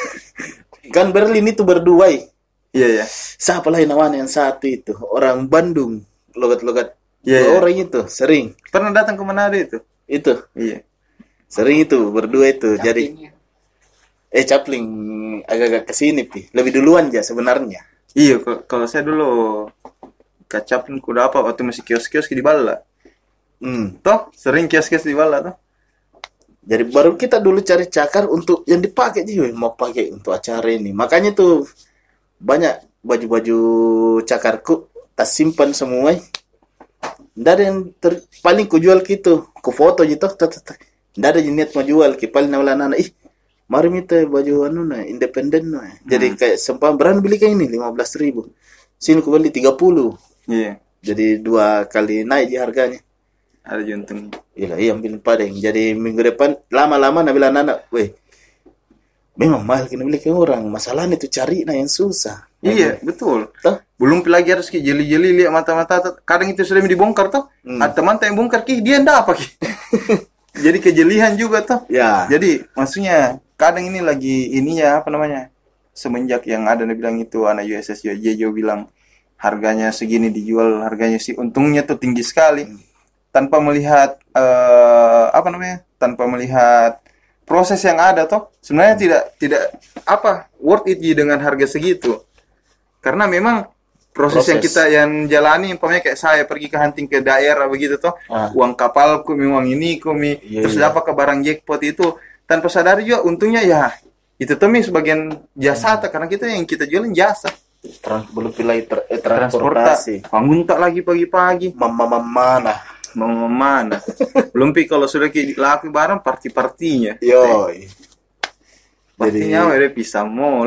Kan Berlin itu berdua. Iya, ya. Siapa lain awan yang satu itu? Orang Bandung. Logat-logat. Iya, Dua iya. orang itu sering. Pernah datang ke Manado itu? Itu. Iya. Sering itu berdua itu. Jadi eh Capling agak-agak kesini pi. Lebih duluan aja sebenarnya. Iya, ko- kalau saya dulu kacapin kuda apa waktu masih kios-kios di Bala. Hmm. Toh, sering kios-kios di Bala toh. Jadi baru kita dulu cari cakar untuk yang dipakai juga mau pakai untuk acara ini. Makanya tuh banyak baju-baju cakarku tak simpan semua. Nggak ada yang ter... paling ku jual gitu. Ku foto gitu. Nggak ada yang niat mau jual. Ki paling nawalan anak. Ih, mari minta baju anu nah, independen nah. Jadi kayak sempat berani beli kayak ini lima belas ribu. Sini ku beli tiga puluh. Iya, Jadi dua kali naik di harganya. ada juntung. Iya, iya ambil padeng. Jadi minggu depan lama-lama nak bilang anak, weh, memang mahal kena beli ke orang. Masalahnya itu cari nah yang susah. Iya, betul. Toh? Belum lagi harus ki jeli-jeli lihat mata-mata tuh. Kadang itu sudah dibongkar tuh. Hmm. Ada teman yang bongkar ki dia ndak apa ki. Jadi kejelihan juga tuh. Ya. Jadi maksudnya kadang ini lagi ininya apa namanya? Semenjak yang ada yang bilang itu anak U S S Jejo bilang harganya segini dijual harganya sih untungnya tuh tinggi sekali. Tanpa melihat eh, apa namanya? Tanpa melihat proses yang ada toh. Sebenarnya tidak tidak apa worth it Ji, dengan harga segitu. Karena memang proses, Proses. yang kita yang jalani umpamanya kayak saya pergi ke hunting ke daerah begitu toh, Ah. uang kapalku, mi uang ini kumi, Iya, terus iya. dapat ke barang jackpot itu tanpa sadar juga untungnya ya itu tuh mi sebagian jasa Hmm. ta, karena kita yang kita jualin jasa Trans belum pilih tra- eh, transportasi, transportasi. bangun tak lagi pagi-pagi Mama mana? mau mana belum pi kalau sudah ki laku barang party-partinya Yo. partinya ada pisang mall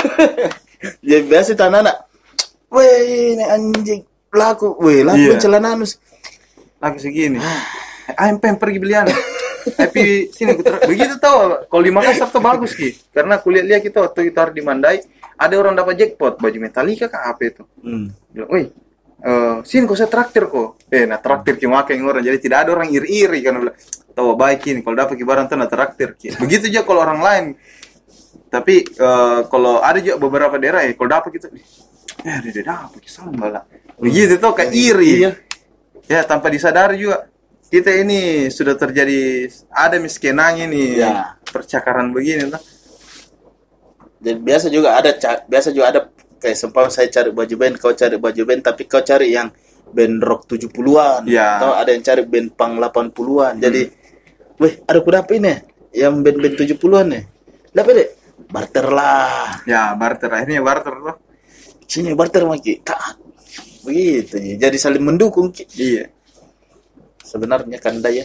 Jadi biasa itu anak-anak. Weh, ini anjing laku. Weh, laku Iya. celana anus. lagi segini ayo pengen pergi belian tapi sini aku ter- begitu tau kalau di Makassar tuh bagus ki karena kuliah lihat kita waktu itu hari di Mandai ada orang dapat jackpot baju Metallica kah apa itu Hmm. bilang woi eh, sini kok saya traktir kok eh nah traktir ki makan orang jadi tidak ada orang iri-iri karena bilang tahu baik ini kalau dapat ki barang tuh nah traktir ki begitu juga kalau orang lain tapi eh, kalau ada juga beberapa daerah ya kalau dapat gitu eh dia dapat ki sama lah begitu tuh kayak iri Iya. ya tanpa disadari juga kita ini sudah terjadi ada miskenanya nih Ya. percakaran begini tuh. Dan biasa juga ada ca- biasa juga ada kayak sempam saya cari baju band, kau cari baju band tapi kau cari yang band rock tujuh puluhan. Ya. Atau ada yang cari band punk delapan puluhan. Jadi, weh, ada ku dapat ini yang band-band tujuh puluhan nih. Dapat deh. Barter lah. Ya barter akhirnya barter tuh. Sini barter maki. Tak. Begitu. Jadi saling mendukung Ki. Iya. Sebenarnya kan ya.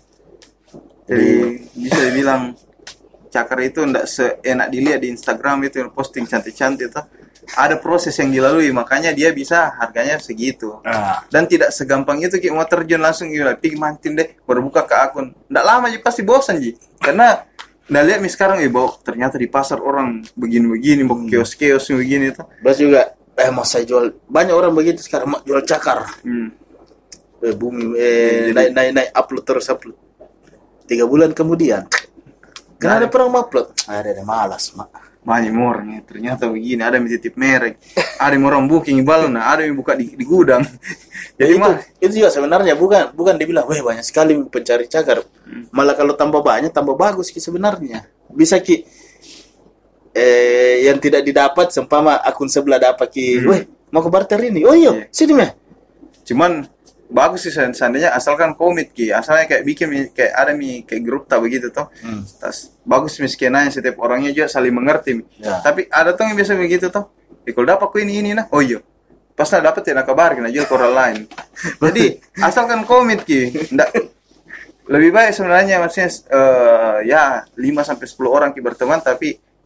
Jadi bisa dibilang cakar itu ndak seenak dilihat di Instagram itu yang posting cantik-cantik tuh. Ada proses yang dilalui makanya dia bisa harganya segitu. Ah. Dan tidak segampang itu ki mau terjun langsung gila pig mantin deh baru buka ke akun. Ndak lama aja pasti bosan Ji. Karena ndak lihat nih sekarang ya bawa ternyata di pasar orang begini-begini bawa kios-kios begini tuh. Terus juga eh mau saya jual banyak orang begitu sekarang mau jual cakar. Hmm. Eh, bumi eh, Jadi- naik naik naik upload terus upload. Tiga bulan kemudian. Kan ada pernah upload. Ada ada malas mak. Banyak orang ya, ternyata begini, ada yang titip merek, ada yang orang booking balna, ada yang buka di, di gudang. Jadi itu mah, itu juga sebenarnya bukan bukan dibilang weh banyak sekali pencari cakar. Malah kalau tambah banyak tambah bagus ki sebenarnya. Bisa ki eh yang tidak didapat sempama akun sebelah dapat ki, weh mau ke barter ini. Oh iya, Iya. sini meh. cuman bagus sih seandainya asalkan komit ki, asalnya kayak bikin mi- kayak ada mi kayak grup tak begitu toh. Hmm. Tas bagus miskinanya setiap orangnya juga saling mengerti. Mi. Ya. Tapi ada tuh yang biasa begitu toh. Eh, kalau dapat ku ini ini nah, oh iya. Pas nak dapat ya nak kabar kena jual ke orang lain. Jadi asalkan komit ki, ndak lebih baik sebenarnya maksudnya eh, ya lima sampai sepuluh orang ki berteman tapi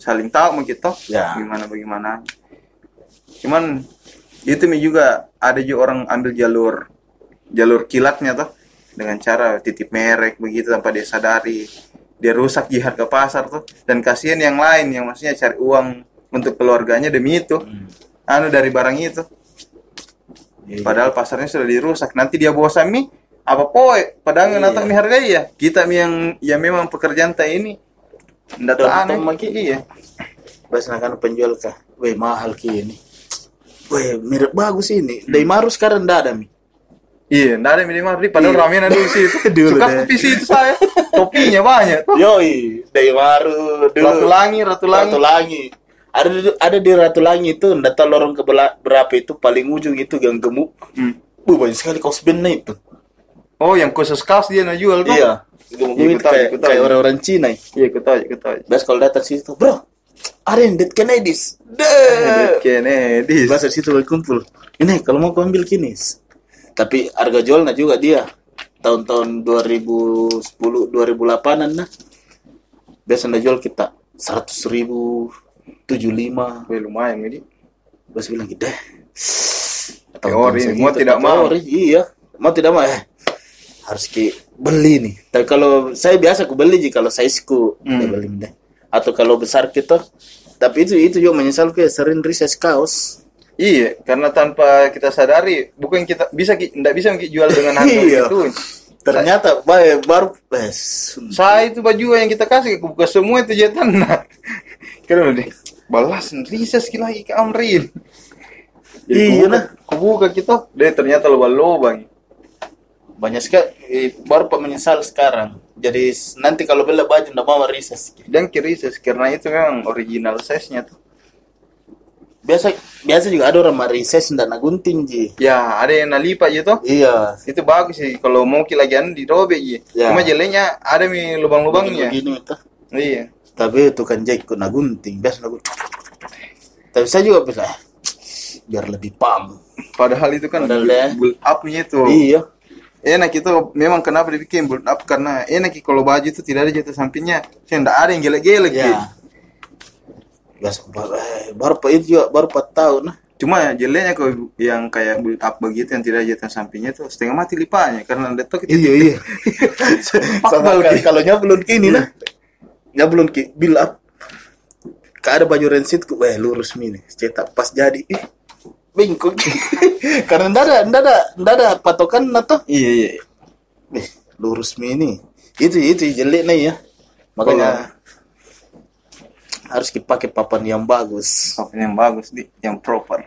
saling tahu mungkin toh Ya. gimana bagaimana. Cuman itu mi juga ada juga orang ambil jalur jalur kilatnya toh dengan cara titip merek begitu tanpa dia sadari. Dia rusak jihad ke pasar tuh, dan kasihan yang lain yang maksudnya cari uang untuk keluarganya demi itu. Hmm. Anu dari barang itu. Iya. Padahal pasarnya sudah dirusak. Nanti dia bosan mi apa poe padahal Iya. natang mi hargai ya. Kita mi yang ya memang pekerjaan ta ini ndak Dan aneh. maki- Iya. Bas kan penjual kah, weh mahal ki ini, weh mirip bagus ini, dari maru sekarang ndak ada mi. Iya, ndak ada minimal di padahal Iya. ramen ada di situ. Dulu Suka deh. kopi situ saya. Kopinya banyak. Yoi, dari maru dulu. Ratu Langi, Ratu Langi. Ratu Langi. Ada di- ada di Ratu Langi itu, ndak tahu lorong ke bela- berapa itu paling ujung itu yang gemuk. Hmm. Bu banyak sekali kaos bandnya itu. Oh, yang khusus kaos dia nak jual tuh. Iya, gemuk Iya, itu aku tahu, kayak aku tahu. kayak orang-orang Cina. Iya, aku tahu, aku tahu. Bas kalau datang situ, bro, ada yang Dead Kennedys. Dead Deh. Kennedys. Bas dari situ berkumpul. Ini kalau mau kau ambil kini. Tapi harga jualnya juga dia tahun-tahun dua ribu sepuluh dua ribu delapan-an nah. Biasanya jual kita seratus ribu, tujuh puluh lima. Weh, lumayan ini. Bas bilang gitu deh. Teori, mau tidak mau. Teori, iya, mau tidak mau. Eh, harus ki beli nih. Tapi kalau saya biasa aku beli jika kalau sizeku Hmm. saya beli deh. Atau kalau besar kita. Tapi itu itu juga menyesal kayak sering riset kaos. Iya, karena tanpa kita sadari, bukan kita bisa ki- ndak bisa ki jual dengan harga Iya. itu. Ternyata baik baru eh, Saya itu baju yang kita kasih ke buka semua itu jatan nah. Keren deh. Balas riset lagi ke Amrin. Iya, nah. Kebuka kita, deh ternyata lobang-lobang. banyak sekali eh, baru pak menyesal sekarang. Jadi s- nanti kalau beli baju ndak mau riset. Dan kirises karena itu memang original size-nya tuh. Biasa biasa juga ada orang marises ndak nagunting ji. Ya, ada yang nalipa gitu. Iya. Itu bagus sih kalau mau kilagian dirobek ya. Ya. Cuma jeleknya ada mi lubang-lubangnya. Begini itu. Iya. Tapi itu kan jahit kena gunting biasa nagu. Tapi saya juga bisa "Ah, biar lebih pam. Padahal itu kan Padahal build, deh. build up-nya itu. Iya. Enak itu memang kenapa dibikin build up karena enak kalau baju itu tidak ada jatuh sampingnya. Saya enggak ada yang gelek-gelek Ya. ya. Biasa baru, eh, baru pak itu juga baru empat tahun nah. Cuma jeleknya kalau yang kayak build up begitu yang tidak ada jatuh sampingnya tuh setengah mati lipanya karena detok itu. Iya iya. Sama kayak kalau nyablon kini nah. Nyablon ki build up. Ka ada baju rensitku, weh lurus mini. Cetak pas jadi, ih bingkung. Karena ndak ada ndak ada ndak ada patokan atau Iya iya. eh, lurus mini. Itu itu jelek nih ya. Makanya harus dipakai papan yang bagus. Papan yang bagus di yang proper.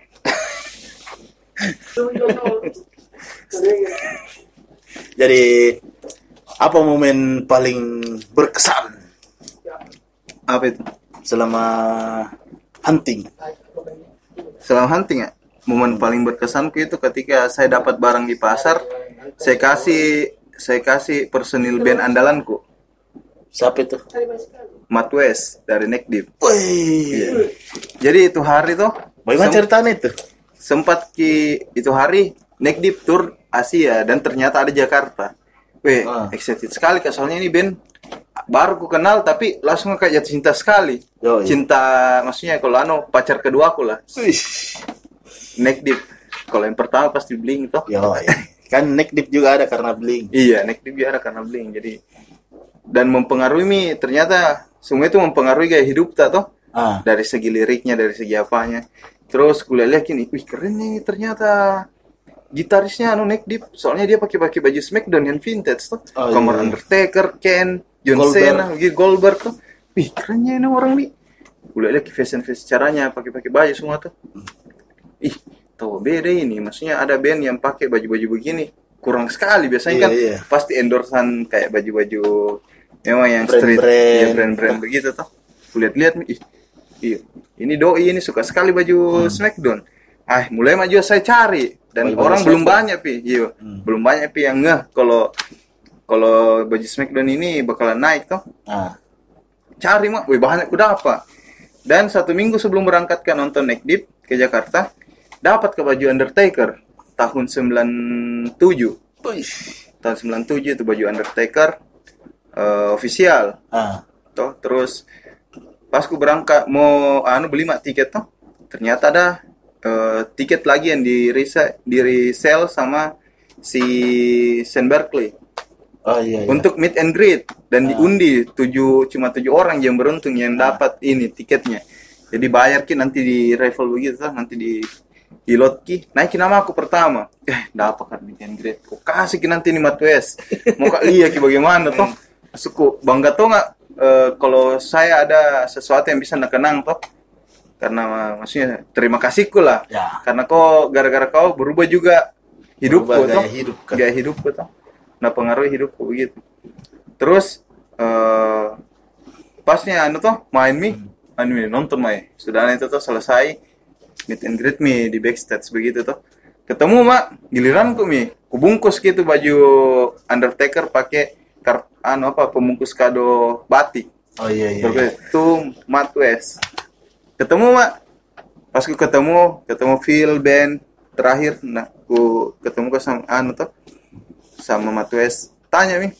Jadi apa momen paling berkesan Apa itu? selama hunting? Selama hunting ya, momen paling berkesanku itu ketika saya dapat barang di pasar, saya kasih saya kasih personil band andalanku, Siapa itu? Matt West dari Nekdip. Wih, Jadi itu hari tuh bagaimana sem- ceritanya itu? sempat ki itu hari Nekdip tour Asia dan ternyata ada Jakarta. Weh, Ah. excited sekali kak soalnya ini band baru ku kenal tapi langsung kayak jatuh cinta sekali. Yoi. Cinta maksudnya kalau anu pacar kedua aku lah. Wih, Nekdip. Kalau yang pertama pasti Blink toh. yo, kan neck deep juga ada karena bling. Iya, Nekdip biara karena Blink. Jadi dan mempengaruhi mi ternyata semua itu mempengaruhi gaya hidup tak toh. Ah, Dari segi liriknya, dari segi apanya. Terus kuliah lihat gini, wih keren nih ternyata gitarisnya anu Nekdip. Soalnya dia pakai-pakai baju Smackdown yang vintage tuh. Oh, Kamar iya. Undertaker, Ken, John Goldberg. Cena, gitu, Goldberg tuh. Wih kerennya ini orang nih. Kuliah lihat fashion-fashion caranya pakai-pakai baju semua tuh. Ih, tahu beda ini. Maksudnya ada band yang pakai baju-baju begini. Kurang sekali biasanya Iya, kan iya. pasti endorsan kayak baju-baju memang yang street, Brand-brand. ya brand-brand begitu tuh. Kulihat-lihat nih, ih, iya, ini doi ini suka sekali baju Smackdown. Ah, mulai maju saya cari dan Baju-baju orang belum Smackdown. banyak pi, iya, Hmm. belum banyak pi yang ngeh kalau kalau baju Smackdown ini bakalan naik tuh. ah, Cari mah, wih banyak kuda apa. Dan satu minggu sebelum berangkat ke nonton Nekdip ke Jakarta, dapat ke baju Undertaker tahun sembilan tujuh. wih, Tahun sembilan tujuh itu baju Undertaker eh, official. ah, Toh, terus pas ku berangkat mau anu beli mak tiket tuh, ternyata ada eh, tiket lagi yang di resell, di resell sama si Saint Berkeley Oh iya, iya. untuk meet and greet dan diundi tujuh cuma tujuh orang yang beruntung yang dapat ini tiketnya. Jadi bayar ki nanti di raffle begitu tuh, nanti di di lot ki naikin nama aku pertama. Eh, dapat kan meet and greet. Kok kasih ki nanti nih Matwes. Mau kak lihat ki bagaimana toh. Suku bangga tuh nggak eh, kalau saya ada sesuatu yang bisa nakenang toh. Karena maksudnya terima kasihku lah. Ya. Karena kau gara-gara kau berubah juga hidupku Berubah toh. gaya hidup kan. Gaya hidupku toh. Nah pengaruh hidupku begitu. Terus eh pasnya anu tuh main mi, anu mi nonton mai. Sudah itu tuh selesai meet and greet mi di backstage begitu tuh. Ketemu mak, giliranku mi, kubungkus gitu baju Undertaker pakai kart anu apa pembungkus kado batik. Oh iya, iya. Terus itu Matt West. Ketemu mak, pas ku ketemu, ketemu Phil band terakhir, nah ku ketemu ku sama anu tuh sama Matt West. Tanya mi,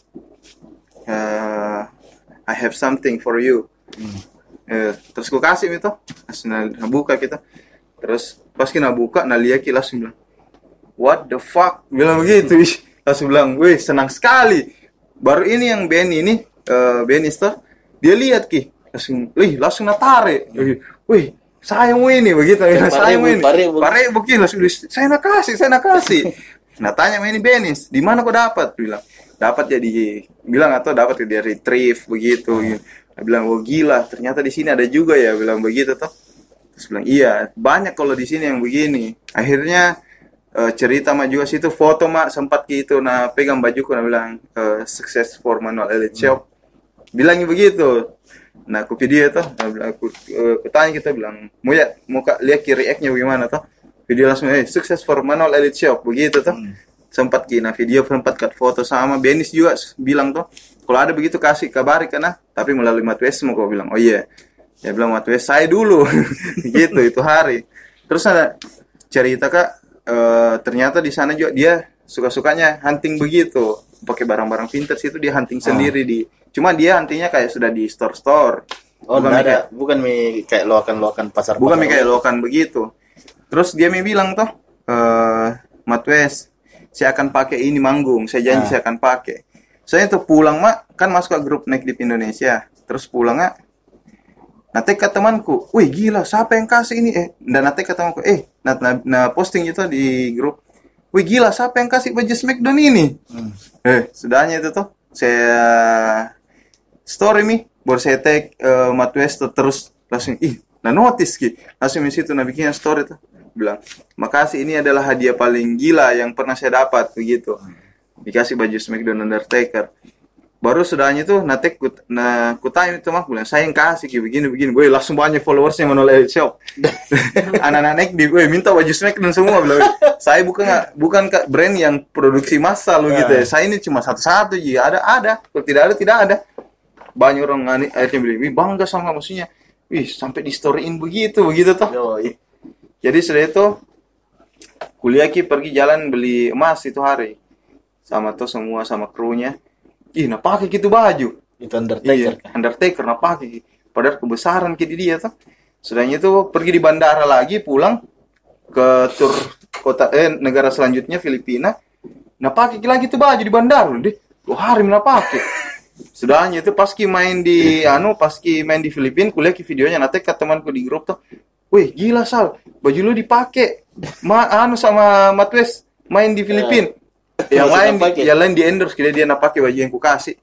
uh, I have something for you. Hmm. Eh, terus ku kasih itu, langsung na buka kita. Terus pas kita buka, nah lihat kita langsung bilang, what the fuck, bilang begitu. Langsung bilang, wih senang sekali. Baru ini yang Ben ini, uh, Ben Ister, dia lihat ki, langsung, wih langsung natare, wih, wih saya mau ini begitu, saya mau ini, pare begini langsung, saya nak kasih, saya nak kasih. Nah tanya ini Benis, di mana kau dapat? Bilang, dapat ya di, bilang atau dapat ya dari Retrieve begitu. Hmm. Dia bilang, oh gila, ternyata di sini ada juga ya, bilang begitu toh. Terus bilang, iya, banyak kalau di sini yang begini. Akhirnya uh, cerita mak juga situ, foto mak sempat gitu, nah pegang bajuku, nah bilang, uh, success for Manual Elite Shop. Hmm. Bilangnya begitu. Nah aku video tuh, nah, bilang, aku, uh, aku tanya kita bilang, mau ya, mau kak lihat react-nya bagaimana toh? Video langsung, eh, sukses for Manual Elite Shop, begitu tuh. Hmm. Sempat kina video, sempat cut foto sama Benis juga bilang tuh, kalau ada begitu kasih kabari karena, tapi melalui Matwes mau kau bilang, oh iya, yeah. Ya bilang Matwes saya dulu, gitu itu hari. Terus ada cerita kak, uh, ternyata di sana juga dia suka-sukanya hunting begitu, pakai barang-barang vintage itu dia hunting oh. sendiri di, cuma dia huntingnya kayak sudah di store-store. Oh, bukan ada, kayak, bukan mi kayak loakan-loakan pasar. Bukan mi kayak loakan begitu. Terus dia mi bilang toh, uh, Matwes, saya akan pakai ini manggung, saya janji nah. saya akan pakai. Saya itu pulang mak, kan masuk ke grup Neck Deep Indonesia, terus pulang mak, nanti ke temanku, wih gila, siapa yang kasih ini? Eh, dan nanti ke temanku, eh, nah, nah, nah posting itu di grup, wih gila, siapa yang kasih baju Smackdown ini? Hmm. Eh, sudahnya itu tuh, saya story mi, baru saya tag uh, Matwes terus langsung, ih, nah notice ki, langsung di situ, nah bikin story tuh. Bilang, makasih ini adalah hadiah paling gila yang pernah saya dapat begitu. Dikasih baju Smackdown Undertaker. Baru sudahnya tuh natek kut, nah kutanya itu mak bilang, saya yang kasih ki begini begini. Gue langsung banyak followersnya Manual Elite Shop. Anak-anak naik di gue minta baju Smackdown semua bilang. Saya bukan bukan brand yang produksi massal loh gitu ya. Saya ini cuma satu-satu ji, ada ada. Kalau tidak ada tidak ada. Banyak orang akhirnya bilang, "Wih, bangga sama maksudnya. Wih, sampai di storyin begitu begitu toh." Yoi. Jadi setelah itu kuliah ki pergi jalan beli emas itu hari sama tuh semua sama krunya. Ih, nah pakai gitu baju. Itu Undertaker. Iya, kan? Undertaker nah pakai. Padahal kebesaran ki di dia tuh. Sudahnya itu pergi di bandara lagi pulang ke tur kota eh negara selanjutnya Filipina. Nah pakai lagi tuh baju di bandara deh. Dua hari nah pakai. Sudahnya itu pas ki main di anu pas ki main di Filipina kuliah ki videonya nanti ke temanku di grup tuh. Wih gila Sal, baju lu dipakai, ma anu sama Matwes main di Filipina. Ya. Yang lain, di, yang lain di endorse kira dia nak pakai baju yang ku kasih.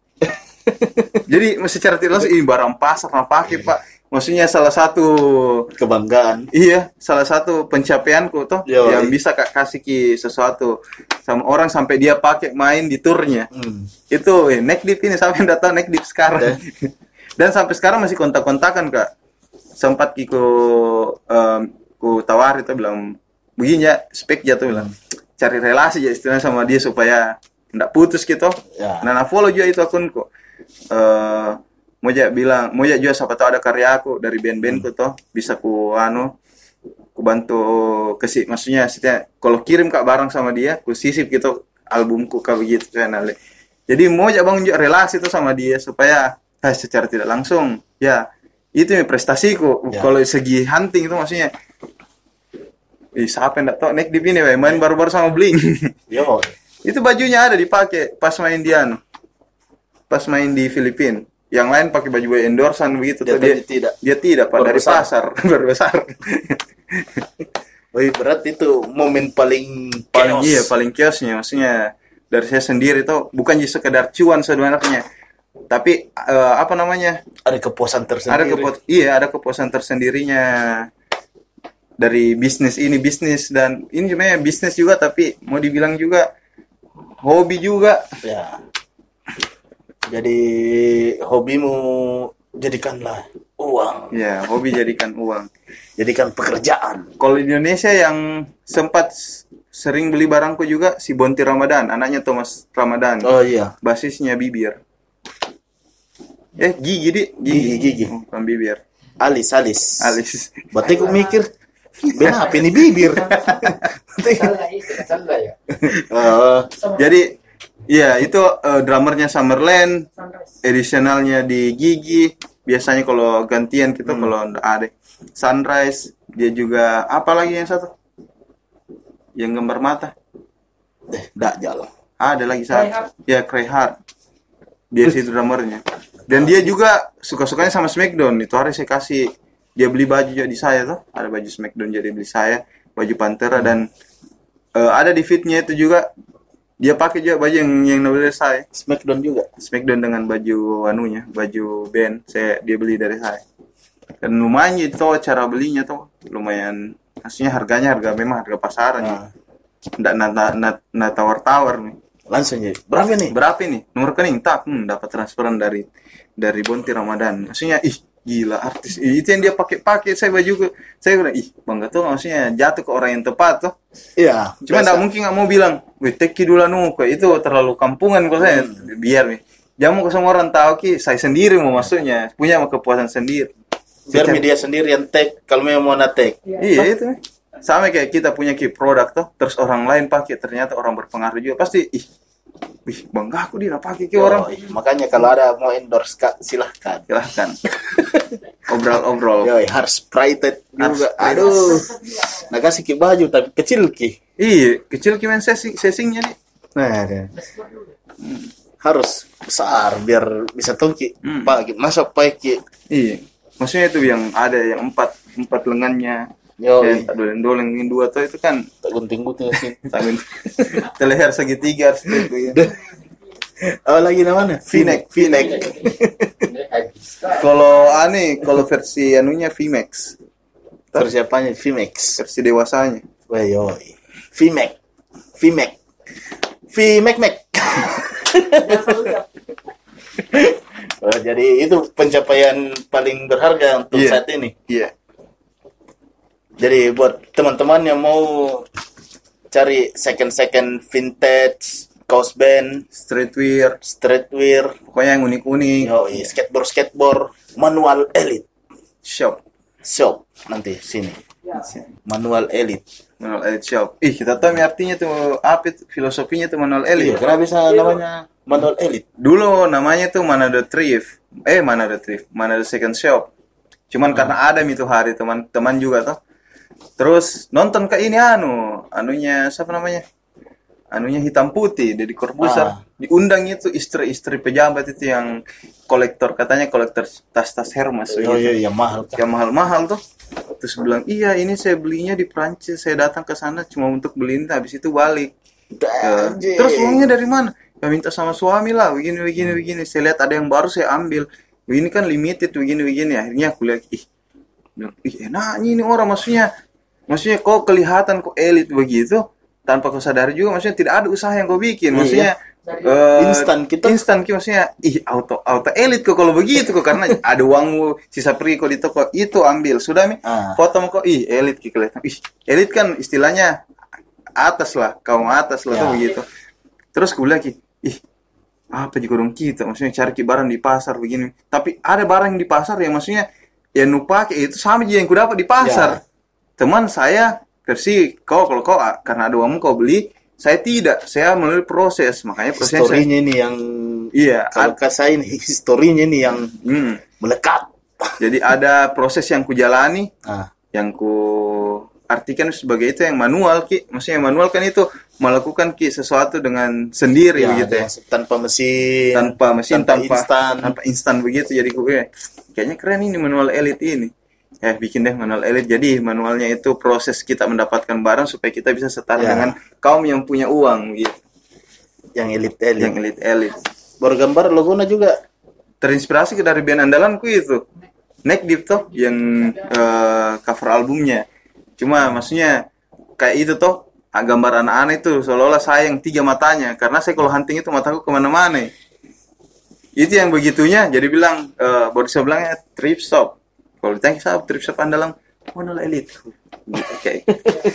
Jadi secara tidak langsung ini barang pasar nak pakai pak. Maksudnya salah satu kebanggaan. Iya, salah satu pencapaianku toh Yo, yang iya. bisa kak kasih ki sesuatu sama orang sampai dia pakai main di turnya. Hmm. Itu eh, Neck Deep ini sampai datang Neck Deep sekarang. Dan sampai sekarang masih kontak-kontakan kak. Sempat ki ku um, ku tawar itu bilang begini ya spek jatuh bilang cari relasi ya istilahnya sama dia supaya tidak putus gitu. Ya. Nah, follow juga itu akunku. Uh, mau ya bilang mau ya juga siapa tahu ada karya aku dari band-bandku hmm. toh bisa ku anu ku bantu kasih maksudnya setiap kalau kirim kak barang sama dia ku sisip gitu albumku kak begitu channel. Jadi mau ya bangun juga relasi itu sama dia supaya eh, secara tidak langsung ya Itu ya prestasiku. Ya. Kalau segi hunting itu maksudnya, ih siapa yang nggak tahu naik di sini, weh, main baru-baru sama Bling. Yo. Itu bajunya ada dipakai pas main di anu, pas main di Filipina. Yang lain pakai baju endorsan begitu, Dia tuh dia tadi tidak. dia tidak pak Baru dari besar. pasar baru besar. Wih, berarti itu momen paling Paling chaos. iya paling kiosnya, maksudnya dari saya sendiri tuh bukan just sekedar cuan sebenarnya, tapi eh, apa namanya, Ada kepuasan ada tersendiri. kepu iya ada kepuasan tersendirinya dari bisnis ini bisnis dan ini sebenarnya bisnis juga, tapi mau dibilang juga hobi juga. Ya. Jadi hobimu jadikanlah uang, Ya, hobi jadikan uang. jadikan pekerjaan. Kalau di Indonesia yang sempat s- sering beli barangku juga si Bonti Ramadan, anaknya Thomas Ramadan, Oh iya, basisnya Bibir. Eh, Gigi, Di. Gigi, Gigi. Oh, bukan Bibir. alis alis. Alis. Berarti aku mikir, kenapa ini bibir? Salah itu, salah ya. Oh, Jadi, iya itu eh, drummernya Summerland, Sunrise. additionalnya di Gigi. Biasanya kalau gantian gitu, Hmm. kalau nggak ada Sunrise, dia juga apa lagi yang satu? Yang gambar mata. eh, dak jalan. Ada lagi Cry satu. Hard. Ya, Cry Hard. Dia sih drummernya. Dan dia juga suka-sukanya sama Smackdown. Itu hari saya kasih dia beli baju jadi saya tuh. Ada baju Smackdown jadi beli saya, baju Pantera dan eh, ada di fitnya itu juga dia pakai juga baju yang yang beli dari saya. Smackdown juga. Smackdown dengan baju anunya, baju band saya dia beli dari saya. Dan lumayan itu cara belinya tuh lumayan. Maksudnya harganya harga memang harga pasaran. Nah, Nggak nata nat, nat tawar-tawar nih. langsung jadi. Berapa nih? Berapa ini? Nomor rekening tak, hmm, dapat transferan dari dari Bonti Ramadan. Maksudnya ih gila artis. Ih, itu yang dia pakai-pakai saya baju ke. Saya bilang ih bangga tuh maksudnya jatuh ke orang yang tepat tuh. Iya. Cuma biasa. enggak mungkin nggak mau bilang, "Weh, teki dulu nu kok itu terlalu kampungan kok saya." Biar nih. Jangan mau ke semua orang tahu ki saya sendiri mau maksudnya punya kepuasan sendiri. Biar Secara- media sendiri yang tag kalau memang mau tag. Iya itu. Sama kayak kita punya key product tuh, terus orang lain pakai, ternyata orang berpengaruh juga pasti ih, wih bangga aku dia pakai ke orang. Yoi, makanya kalau ada mau endorse Kak, silahkan. Silahkan. Obrol-obrol. Yoi, harus Spirited Harus juga. Sprite. Aduh. Nah kasih ki baju tapi kecil ki. Iya, kecil kimen sesi sesingnya nih. Nah, ada. Harus besar biar bisa tongki. Hmm. Pak, masuk pakai. Iya. Maksudnya itu yang ada yang empat empat lengannya. Yo, Yang tak doleng-doleng yang dua tuh itu kan tak gunting-gunting sih. tangan teleher segitiga harus itu ya. Oh lagi namanya? V-neck, V-neck. Ini habis. Kalau aneh, kalau versi anunya V-Max, Versi apanya? V-max. versi dewasanya. Wah, yoi. V-max. V-max. V-mac mac. Oh, jadi itu pencapaian paling berharga untuk Iya. saat ini. Iya. Jadi buat teman-teman yang mau cari second-second vintage, kaos band, Streetwear, streetwear, pokoknya yang unik-unik. yoi, skateboard skateboard, manual elite Shop. shop nanti sini. Manual elite. Manual Elite Shop. Ih, kita tahu nih artinya tuh apa itu, filosofinya tuh Manual Iya, Elite. kenapa bisa namanya manual elite? Dulu namanya tuh Manado Thrift. Eh, Manado Thrift, Manado Second Shop. Cuman karena ada itu hari teman-teman juga tuh. Terus nonton ke ini anu, anunya siapa namanya? Anunya hitam putih, Deddy Corbuzier. Ah. Diundang itu istri-istri pejabat itu yang kolektor, katanya kolektor tas-tas Hermes. Oh begitu. iya, iya mahal. Yang mahal-mahal tuh. Terus bilang, iya ini saya belinya di Prancis, saya datang ke sana cuma untuk beliin, habis itu balik. Ya. Anjing. Terus uangnya dari mana? Ya minta sama suami lah, begini begini begini. Saya lihat ada yang baru saya ambil. Ini kan limited begini begini. Akhirnya aku lihat, ih, bilang, ih enaknya ini orang maksudnya, maksudnya kok kelihatan kok elit begitu, tanpa kau sadari juga, maksudnya tidak ada usaha yang kau bikin, maksudnya. eh, Instan kita. instan ki maksudnya ih auto auto elit kok kalau begitu kok karena ada uangmu sisa pergi kok di toko itu ambil sudah mi Ah. foto kok ih elit ki kelihatan ih elit kan istilahnya atas lah kaum atas lah Ya. tuh begitu terus gue bilang ki ih apa juga dong kita maksudnya cari ki barang di pasar begini tapi ada barang di pasar yang maksudnya yang nu pakai itu sama aja yang ku dapat di pasar Ya. teman saya versi kau kalau kau ah, karena ada uangmu kau beli saya tidak saya melalui proses makanya proses saya, Historinya ini yang iya kalau ad- kasain historinya ini yang hmm, melekat. Jadi ada proses yang ku jalani, Ah, yang ku artikan sebagai itu yang manual ki. Maksudnya yang manual kan itu melakukan ki sesuatu dengan sendiri ya, begitu ya. ada- tanpa mesin, Tanpa mesin, tanpa instan. tanpa instan begitu. Jadi ku eh, kayaknya keren ini manual elite ini. Ya bikin deh manual elite. Jadi manualnya itu proses kita mendapatkan barang supaya kita bisa setara Ya. dengan kaum yang punya uang gitu. Yang elit-elit. Yang elite-elite. Baru gambar logonya juga. Terinspirasi ke dari band andalanku itu Neck Deep toh yang eh, cover albumnya. Cuma maksudnya kayak itu toh ah, gambar anak-anak itu seolah-olah saya yang tiga matanya karena saya kalau hunting itu mataku kemana-mana. Itu yang begitunya jadi bilang eh, baru saya bilangnya trip stop. Kalau ditanya saya trip stop andalan mana lah elite. Oke.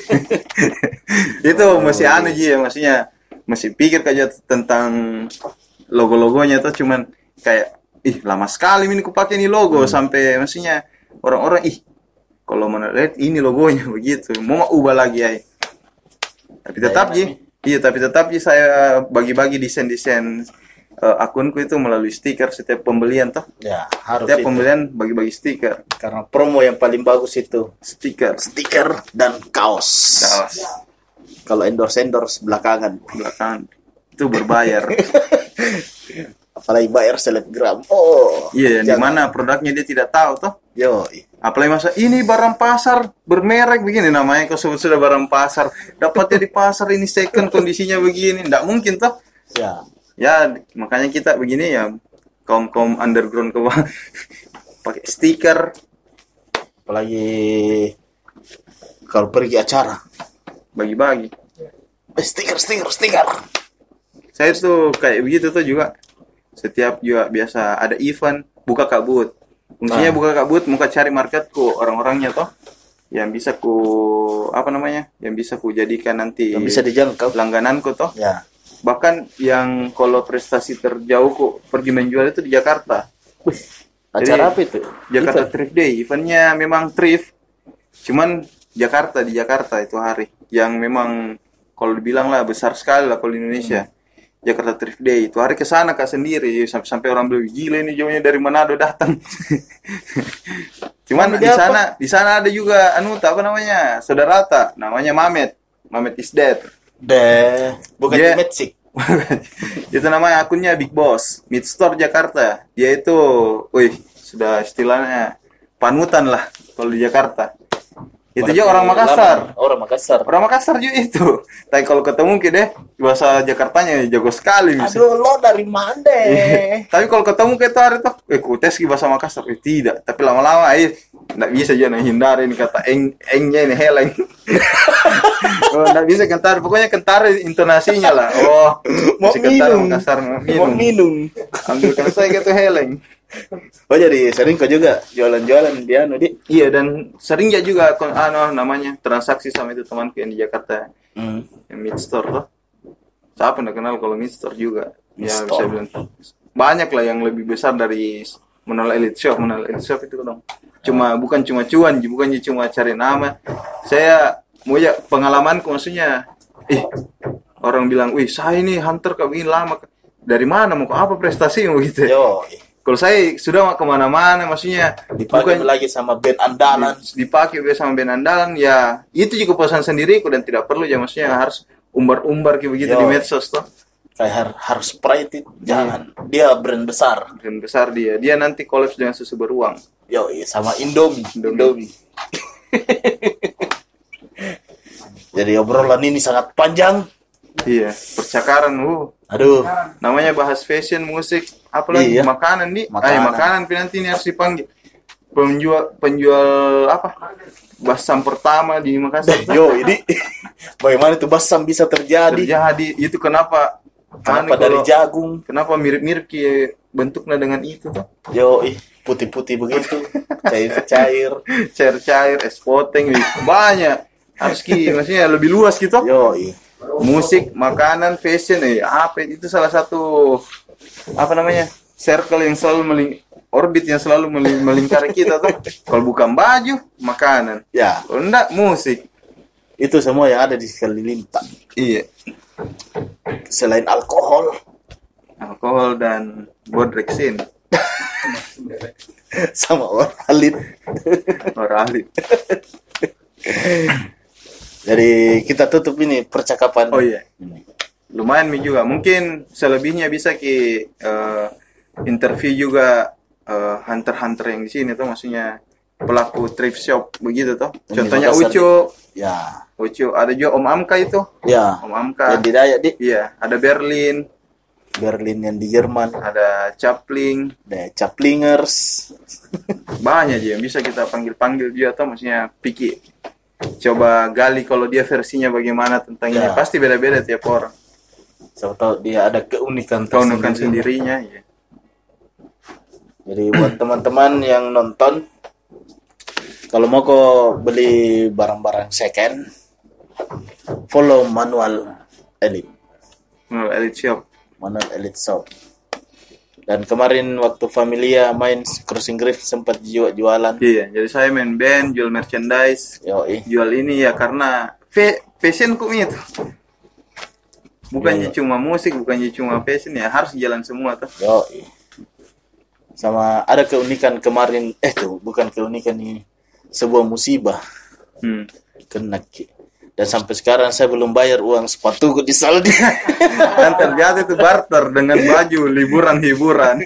Itu masih aneh sih ya maksudnya masih pikir aja tentang logo-logonya tuh cuman kayak ih lama sekali ini ku pakai ini logo sampai maksudnya orang-orang ih kalau mana lihat ini logonya begitu mau mau ubah lagi ya tapi tetap ji iya tapi tetap ji saya bagi-bagi desain-desain eh, akunku itu melalui stiker setiap pembelian toh Ya, harus setiap itu. pembelian bagi-bagi stiker Karena promo yang paling bagus itu stiker stiker dan kaos. kaos Kalau endorse-endorse belakangan. belakang itu berbayar Apalagi bayar selebgram. Oh. iya di jangan. mana produknya dia tidak tahu toh Yo. apalagi masa ini barang pasar bermerek begini namanya kau sebut sudah barang pasar dapatnya di pasar ini second kondisinya begini tidak mungkin toh Ya. ya makanya kita begini ya kaum kaum underground ke bawah pakai stiker Apalagi kalau pergi acara. bagi-bagi Eh, stiker, stiker, stiker. saya tuh kayak begitu tuh juga setiap juga biasa ada event buka kabut fungsinya Nah. buka kabut muka cari marketku orang-orangnya toh yang bisa ku apa namanya yang bisa ku jadikan nanti Yang bisa dijangkau. langgananku toh Ya. bahkan yang kalau prestasi terjauh kok pergi menjual itu di Jakarta Acara Jadi, apa itu? Jakarta Event? Thrift Day eventnya memang thrift cuman Jakarta di Jakarta itu hari yang memang kalau dibilang lah besar sekali lah kalau di Indonesia Jakarta Thrift Day itu hari ke sana kak sendiri sampai sampai orang bilang gila ini jauhnya dari Manado datang cuman Mamet di apa? sana di sana ada juga anu apa namanya saudara tak namanya Mamet Mamet is dead Deh, bukan Dia- di Meksik. itu namanya akunnya Big Boss Mid Store Jakarta dia itu wih sudah istilahnya panutan lah kalau di Jakarta itu juga orang Makassar Lama. Orang Makassar. orang Makassar juga itu tapi kalau ketemu ke deh bahasa Jakartanya jago sekali bisa Aduh, lo dari mana? tapi kalau ketemu ke itu hari tuh eh ku tes ke bahasa Makassar eh tidak tapi lama-lama eh nggak bisa juga hindarin kata eng engnya ini heleng oh nggak bisa kentar pokoknya kentar intonasinya lah oh Mau si kentar minum. Makassar mau Mau minum minum. ambilkan saya gitu heleng Oh, jadi sering kau juga jualan-jualan di anu, Di? iya dan sering ya juga kon- anu namanya transaksi sama itu temanku yang di Jakarta Hmm. yang mid store tuh siapa nggak kenal kalau mid store juga Mid ya store. bisa bilang banyak lah yang lebih besar dari menol elite shop menol elite shop itu dong cuma bukan cuma cuan bukan cuma cari nama saya mau ya pengalamanku maksudnya ih orang bilang wih saya ini hunter kau begini lama dari mana mau apa prestasi gitu ya Yo, kalau saya sudah kemana-mana maksudnya dipakai lagi sama band andalan. dipakai biasa sama band andalan ya itu juga pesan sendiriku dan tidak perlu ya maksudnya harus umbar-umbar kayak begitu Yo. di medsos tuh Kayak har- harus Sprite itu. Jangan. Dia brand besar. brand besar dia dia nanti kolaps dengan susu beruang Yo, sama Indomie. Indomie. Indomie. Jadi obrolan ini sangat panjang. iya percakaran uh Aduh, namanya bahas fashion musik apalagi Iya. makanan nih Makanan. makanan. makanan tapi nanti ini harus dipanggil penjual penjual apa basam pertama di Makassar yo ini bagaimana tuh basam bisa terjadi? terjadi itu kenapa Kenapa aneh dari kalau- jagung? kenapa mirip-mirip kayak bentuknya dengan itu tuh Yo, ih, putih-putih begitu, cair-cair. cair-cair es poteng gitu. banyak harus ki maksudnya lebih luas gitu Yo, ih. musik makanan fashion eh apa itu salah satu apa namanya circle yang selalu meling orbit yang selalu meling- melingkari kita tuh kalau bukan baju makanan Ya, kalau enggak musik itu semua yang ada di sekeliling tak. iya Selain alkohol. alkohol dan bodrexin sama orang alit. Orang ahli. Jadi kita tutup ini percakapan. Oh iya. Lumayan mi juga. Mungkin selebihnya bisa ki eh, interview juga eh, hunter-hunter yang di sini tuh, maksudnya pelaku thrift shop begitu tuh. Ini Contohnya Makassar, Ucu. Ya. Ucu, ada juga Om Amka itu. Ya. Om Amka. Yang di Dayak di Iya, ada Berlin, Berlin yang di Jerman. ada Chapling. Ada Chaplingers. Banyak aja yang bisa kita panggil-panggil juga tuh, maksudnya Piki. Coba gali kalau dia versinya bagaimana tentang ini. Ya. Pasti beda-beda tiap orang. Siapa tahu dia ada keunikan Keunikan tersendiri. sendirinya. Ya. Jadi buat teman-teman yang nonton, kalau mau kok beli barang-barang second, follow Manual Elite, Menurut Elite Shop. Manual Elite Shop. Dan kemarin waktu Familia main Crossing Grave sempat jual jualan. Iya, jadi saya main band, jual merchandise, Yoi. jual ini ya karena fe- fashion kok itu. Bukannya Iya. cuma musik, bukannya cuma fashion ya, harus jalan semua tuh. Yoi. Sama ada keunikan kemarin, eh tuh bukan keunikan ini, sebuah musibah Hmm. kena ki. Dan sampai sekarang saya belum bayar uang sepatuku di Saldi. Dan ternyata itu barter dengan baju liburan hiburan.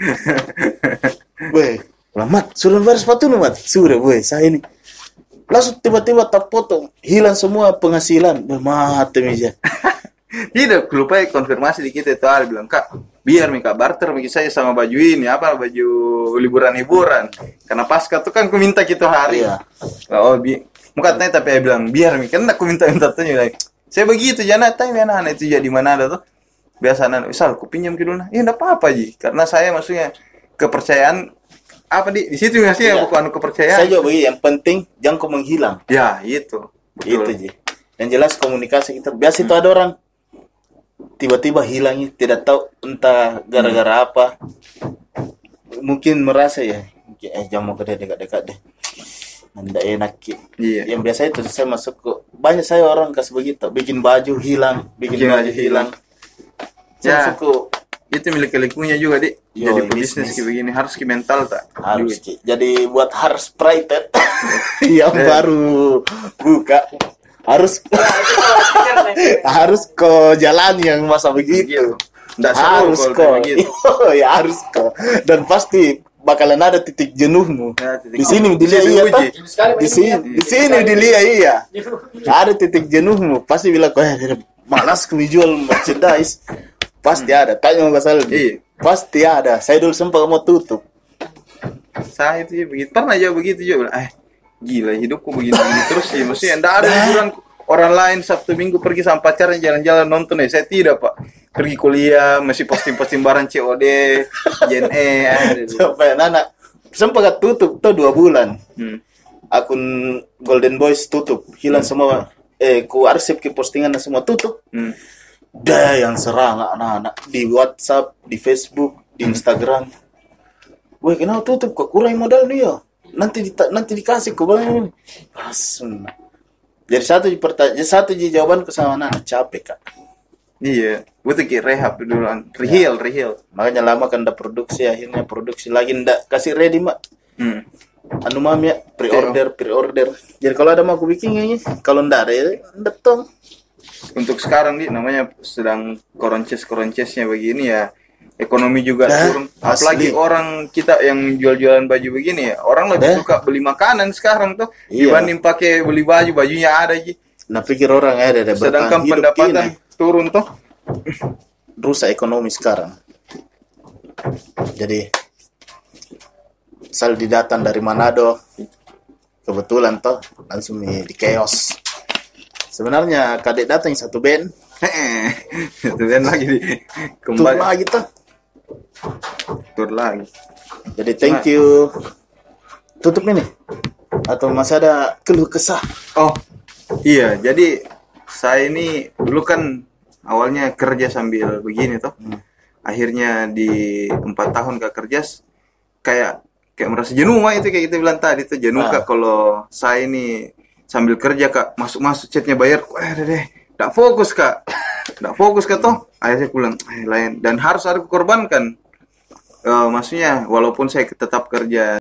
Weh, Mat, sudah bayar sepatu lu, Mat. Sudah, weh, saya ini. Langsung tiba-tiba tak potong, hilang semua penghasilan. Weh, mati meja. Tidak, lupa konfirmasi di kita itu ada bilang, Kak, biar nih Kak barter bagi saya sama baju ini, apa baju liburan-hiburan. Karena pasca tuh kan ku minta gitu hari. Iya. Oh, bi muka tanya tapi saya bilang, biar nih, kan aku minta-minta tanya. Saya begitu, jangan tanya anak itu jadi mana ada tuh. Biasa anak, misal aku pinjam ke dulu, ya enggak apa-apa Ji. Karena saya maksudnya kepercayaan apa di di situ nggak sih ya, Iya. bukan kepercayaan. Saya juga begini, yang penting jangan kau menghilang. Ya, itu. Betul. Itu, Ji. Yang jelas komunikasi kita. Biasa itu ada orang tiba-tiba hilangnya, tidak tahu entah gara-gara apa. Mungkin merasa ya, eh jangan mau ke dia dekat-dekat deh. Nggak enak Ki. Iya. Yang biasa itu saya masuk ke banyak saya orang kasih begitu, bikin baju hilang, bikin Bikin baju baju hilang. Ya. Saya masuk ke Itu milik-miliknya juga, Dik. Yo, Jadi bisnis. pebisnis kayak begini harus ke mental tak? harus Juga. Ki. Jadi buat harus Pride yang Eh. baru buka harus harus kok jalan yang masa begitu. Nggak seru Harus kalau kok. kayak begitu. ya harus kok. Dan pasti bakalan ada titik jenuhmu. Ya, titik Di sini jenuh. dilihat Di iya situ toh. uji. Jenuh sekali Di Pak, sini ini. di sini dilihat iya. Ada titik jenuhmu, pasti bilang kok eh, malas kami jual merchandise. Pasti ada. Tanya Mas Aldi. Iya. Pasti ada. Saya dulu sempat mau tutup. Saya itu ya begitu. Pernah aja begitu juga. Bilang, eh, gila hidupku begini-begini terus sih. Maksudnya enggak ada liburan orang lain Sabtu Minggu pergi sama pacarnya jalan-jalan nonton ya. Saya tidak, Pak. Pergi kuliah, masih posting-posting barang C O D, J N E. ada. Sampai anak sempat tutup tuh dua bulan. Hmm. Akun Golden Boys tutup, hilang semua. Eh, ku arsip ke postingan semua tutup. Hmm. Dah yang serang anak-anak di WhatsApp, di Facebook, di Instagram. Woi, kenapa tutup? Kok kurang modal nih ya? Nanti di, nanti dikasih ke bang. Asem. Jadi satu pertanyaan, satu jawaban ke sama anak capek kak. Iya, butuh ki rehab dulu, reheal, reheal. Makanya lama kan udah produksi, akhirnya produksi lagi ndak kasih ready mak. Hmm. Anu mam ya pre-order, pre-order. Jadi kalau ada mau aku bikin ini, kalau ndak ada ya ndak tong. Untuk sekarang nih namanya sedang koronces-koroncesnya begini ya. Ekonomi juga Dah, turun. Apalagi asli. orang kita yang jual-jualan baju begini ya. Orang lebih Dah. suka beli makanan sekarang tuh Iya. dibanding pakai beli baju, bajunya ada aja. Nah pikir orang ya ada ada Sedangkan bertahan hidup pendapatan gini. turun tuh. Rusak ekonomi sekarang. Jadi Saldi datang dari Manado, kebetulan toh langsung di, di chaos. Sebenarnya kadek datang satu band, Itu kan lagi di tur kembali lagi toh. tur lagi. Jadi thank you. Tutup ini atau masih ada keluh kesah? Oh, iya. Jadi saya ini dulu kan awalnya kerja sambil begini toh. Hmm. Akhirnya di empat tahun gak kerja, kayak kayak merasa jenuh mah itu kayak kita bilang tadi tuh jenuh Ah. kak kalau saya ini sambil kerja kak masuk-masuk chatnya bayar, eh deh deh, nggak fokus kak, nggak fokus kak toh. Akhirnya aku bilang, eh lain dan harus ada kukorbankan. eh, maksudnya walaupun saya tetap kerja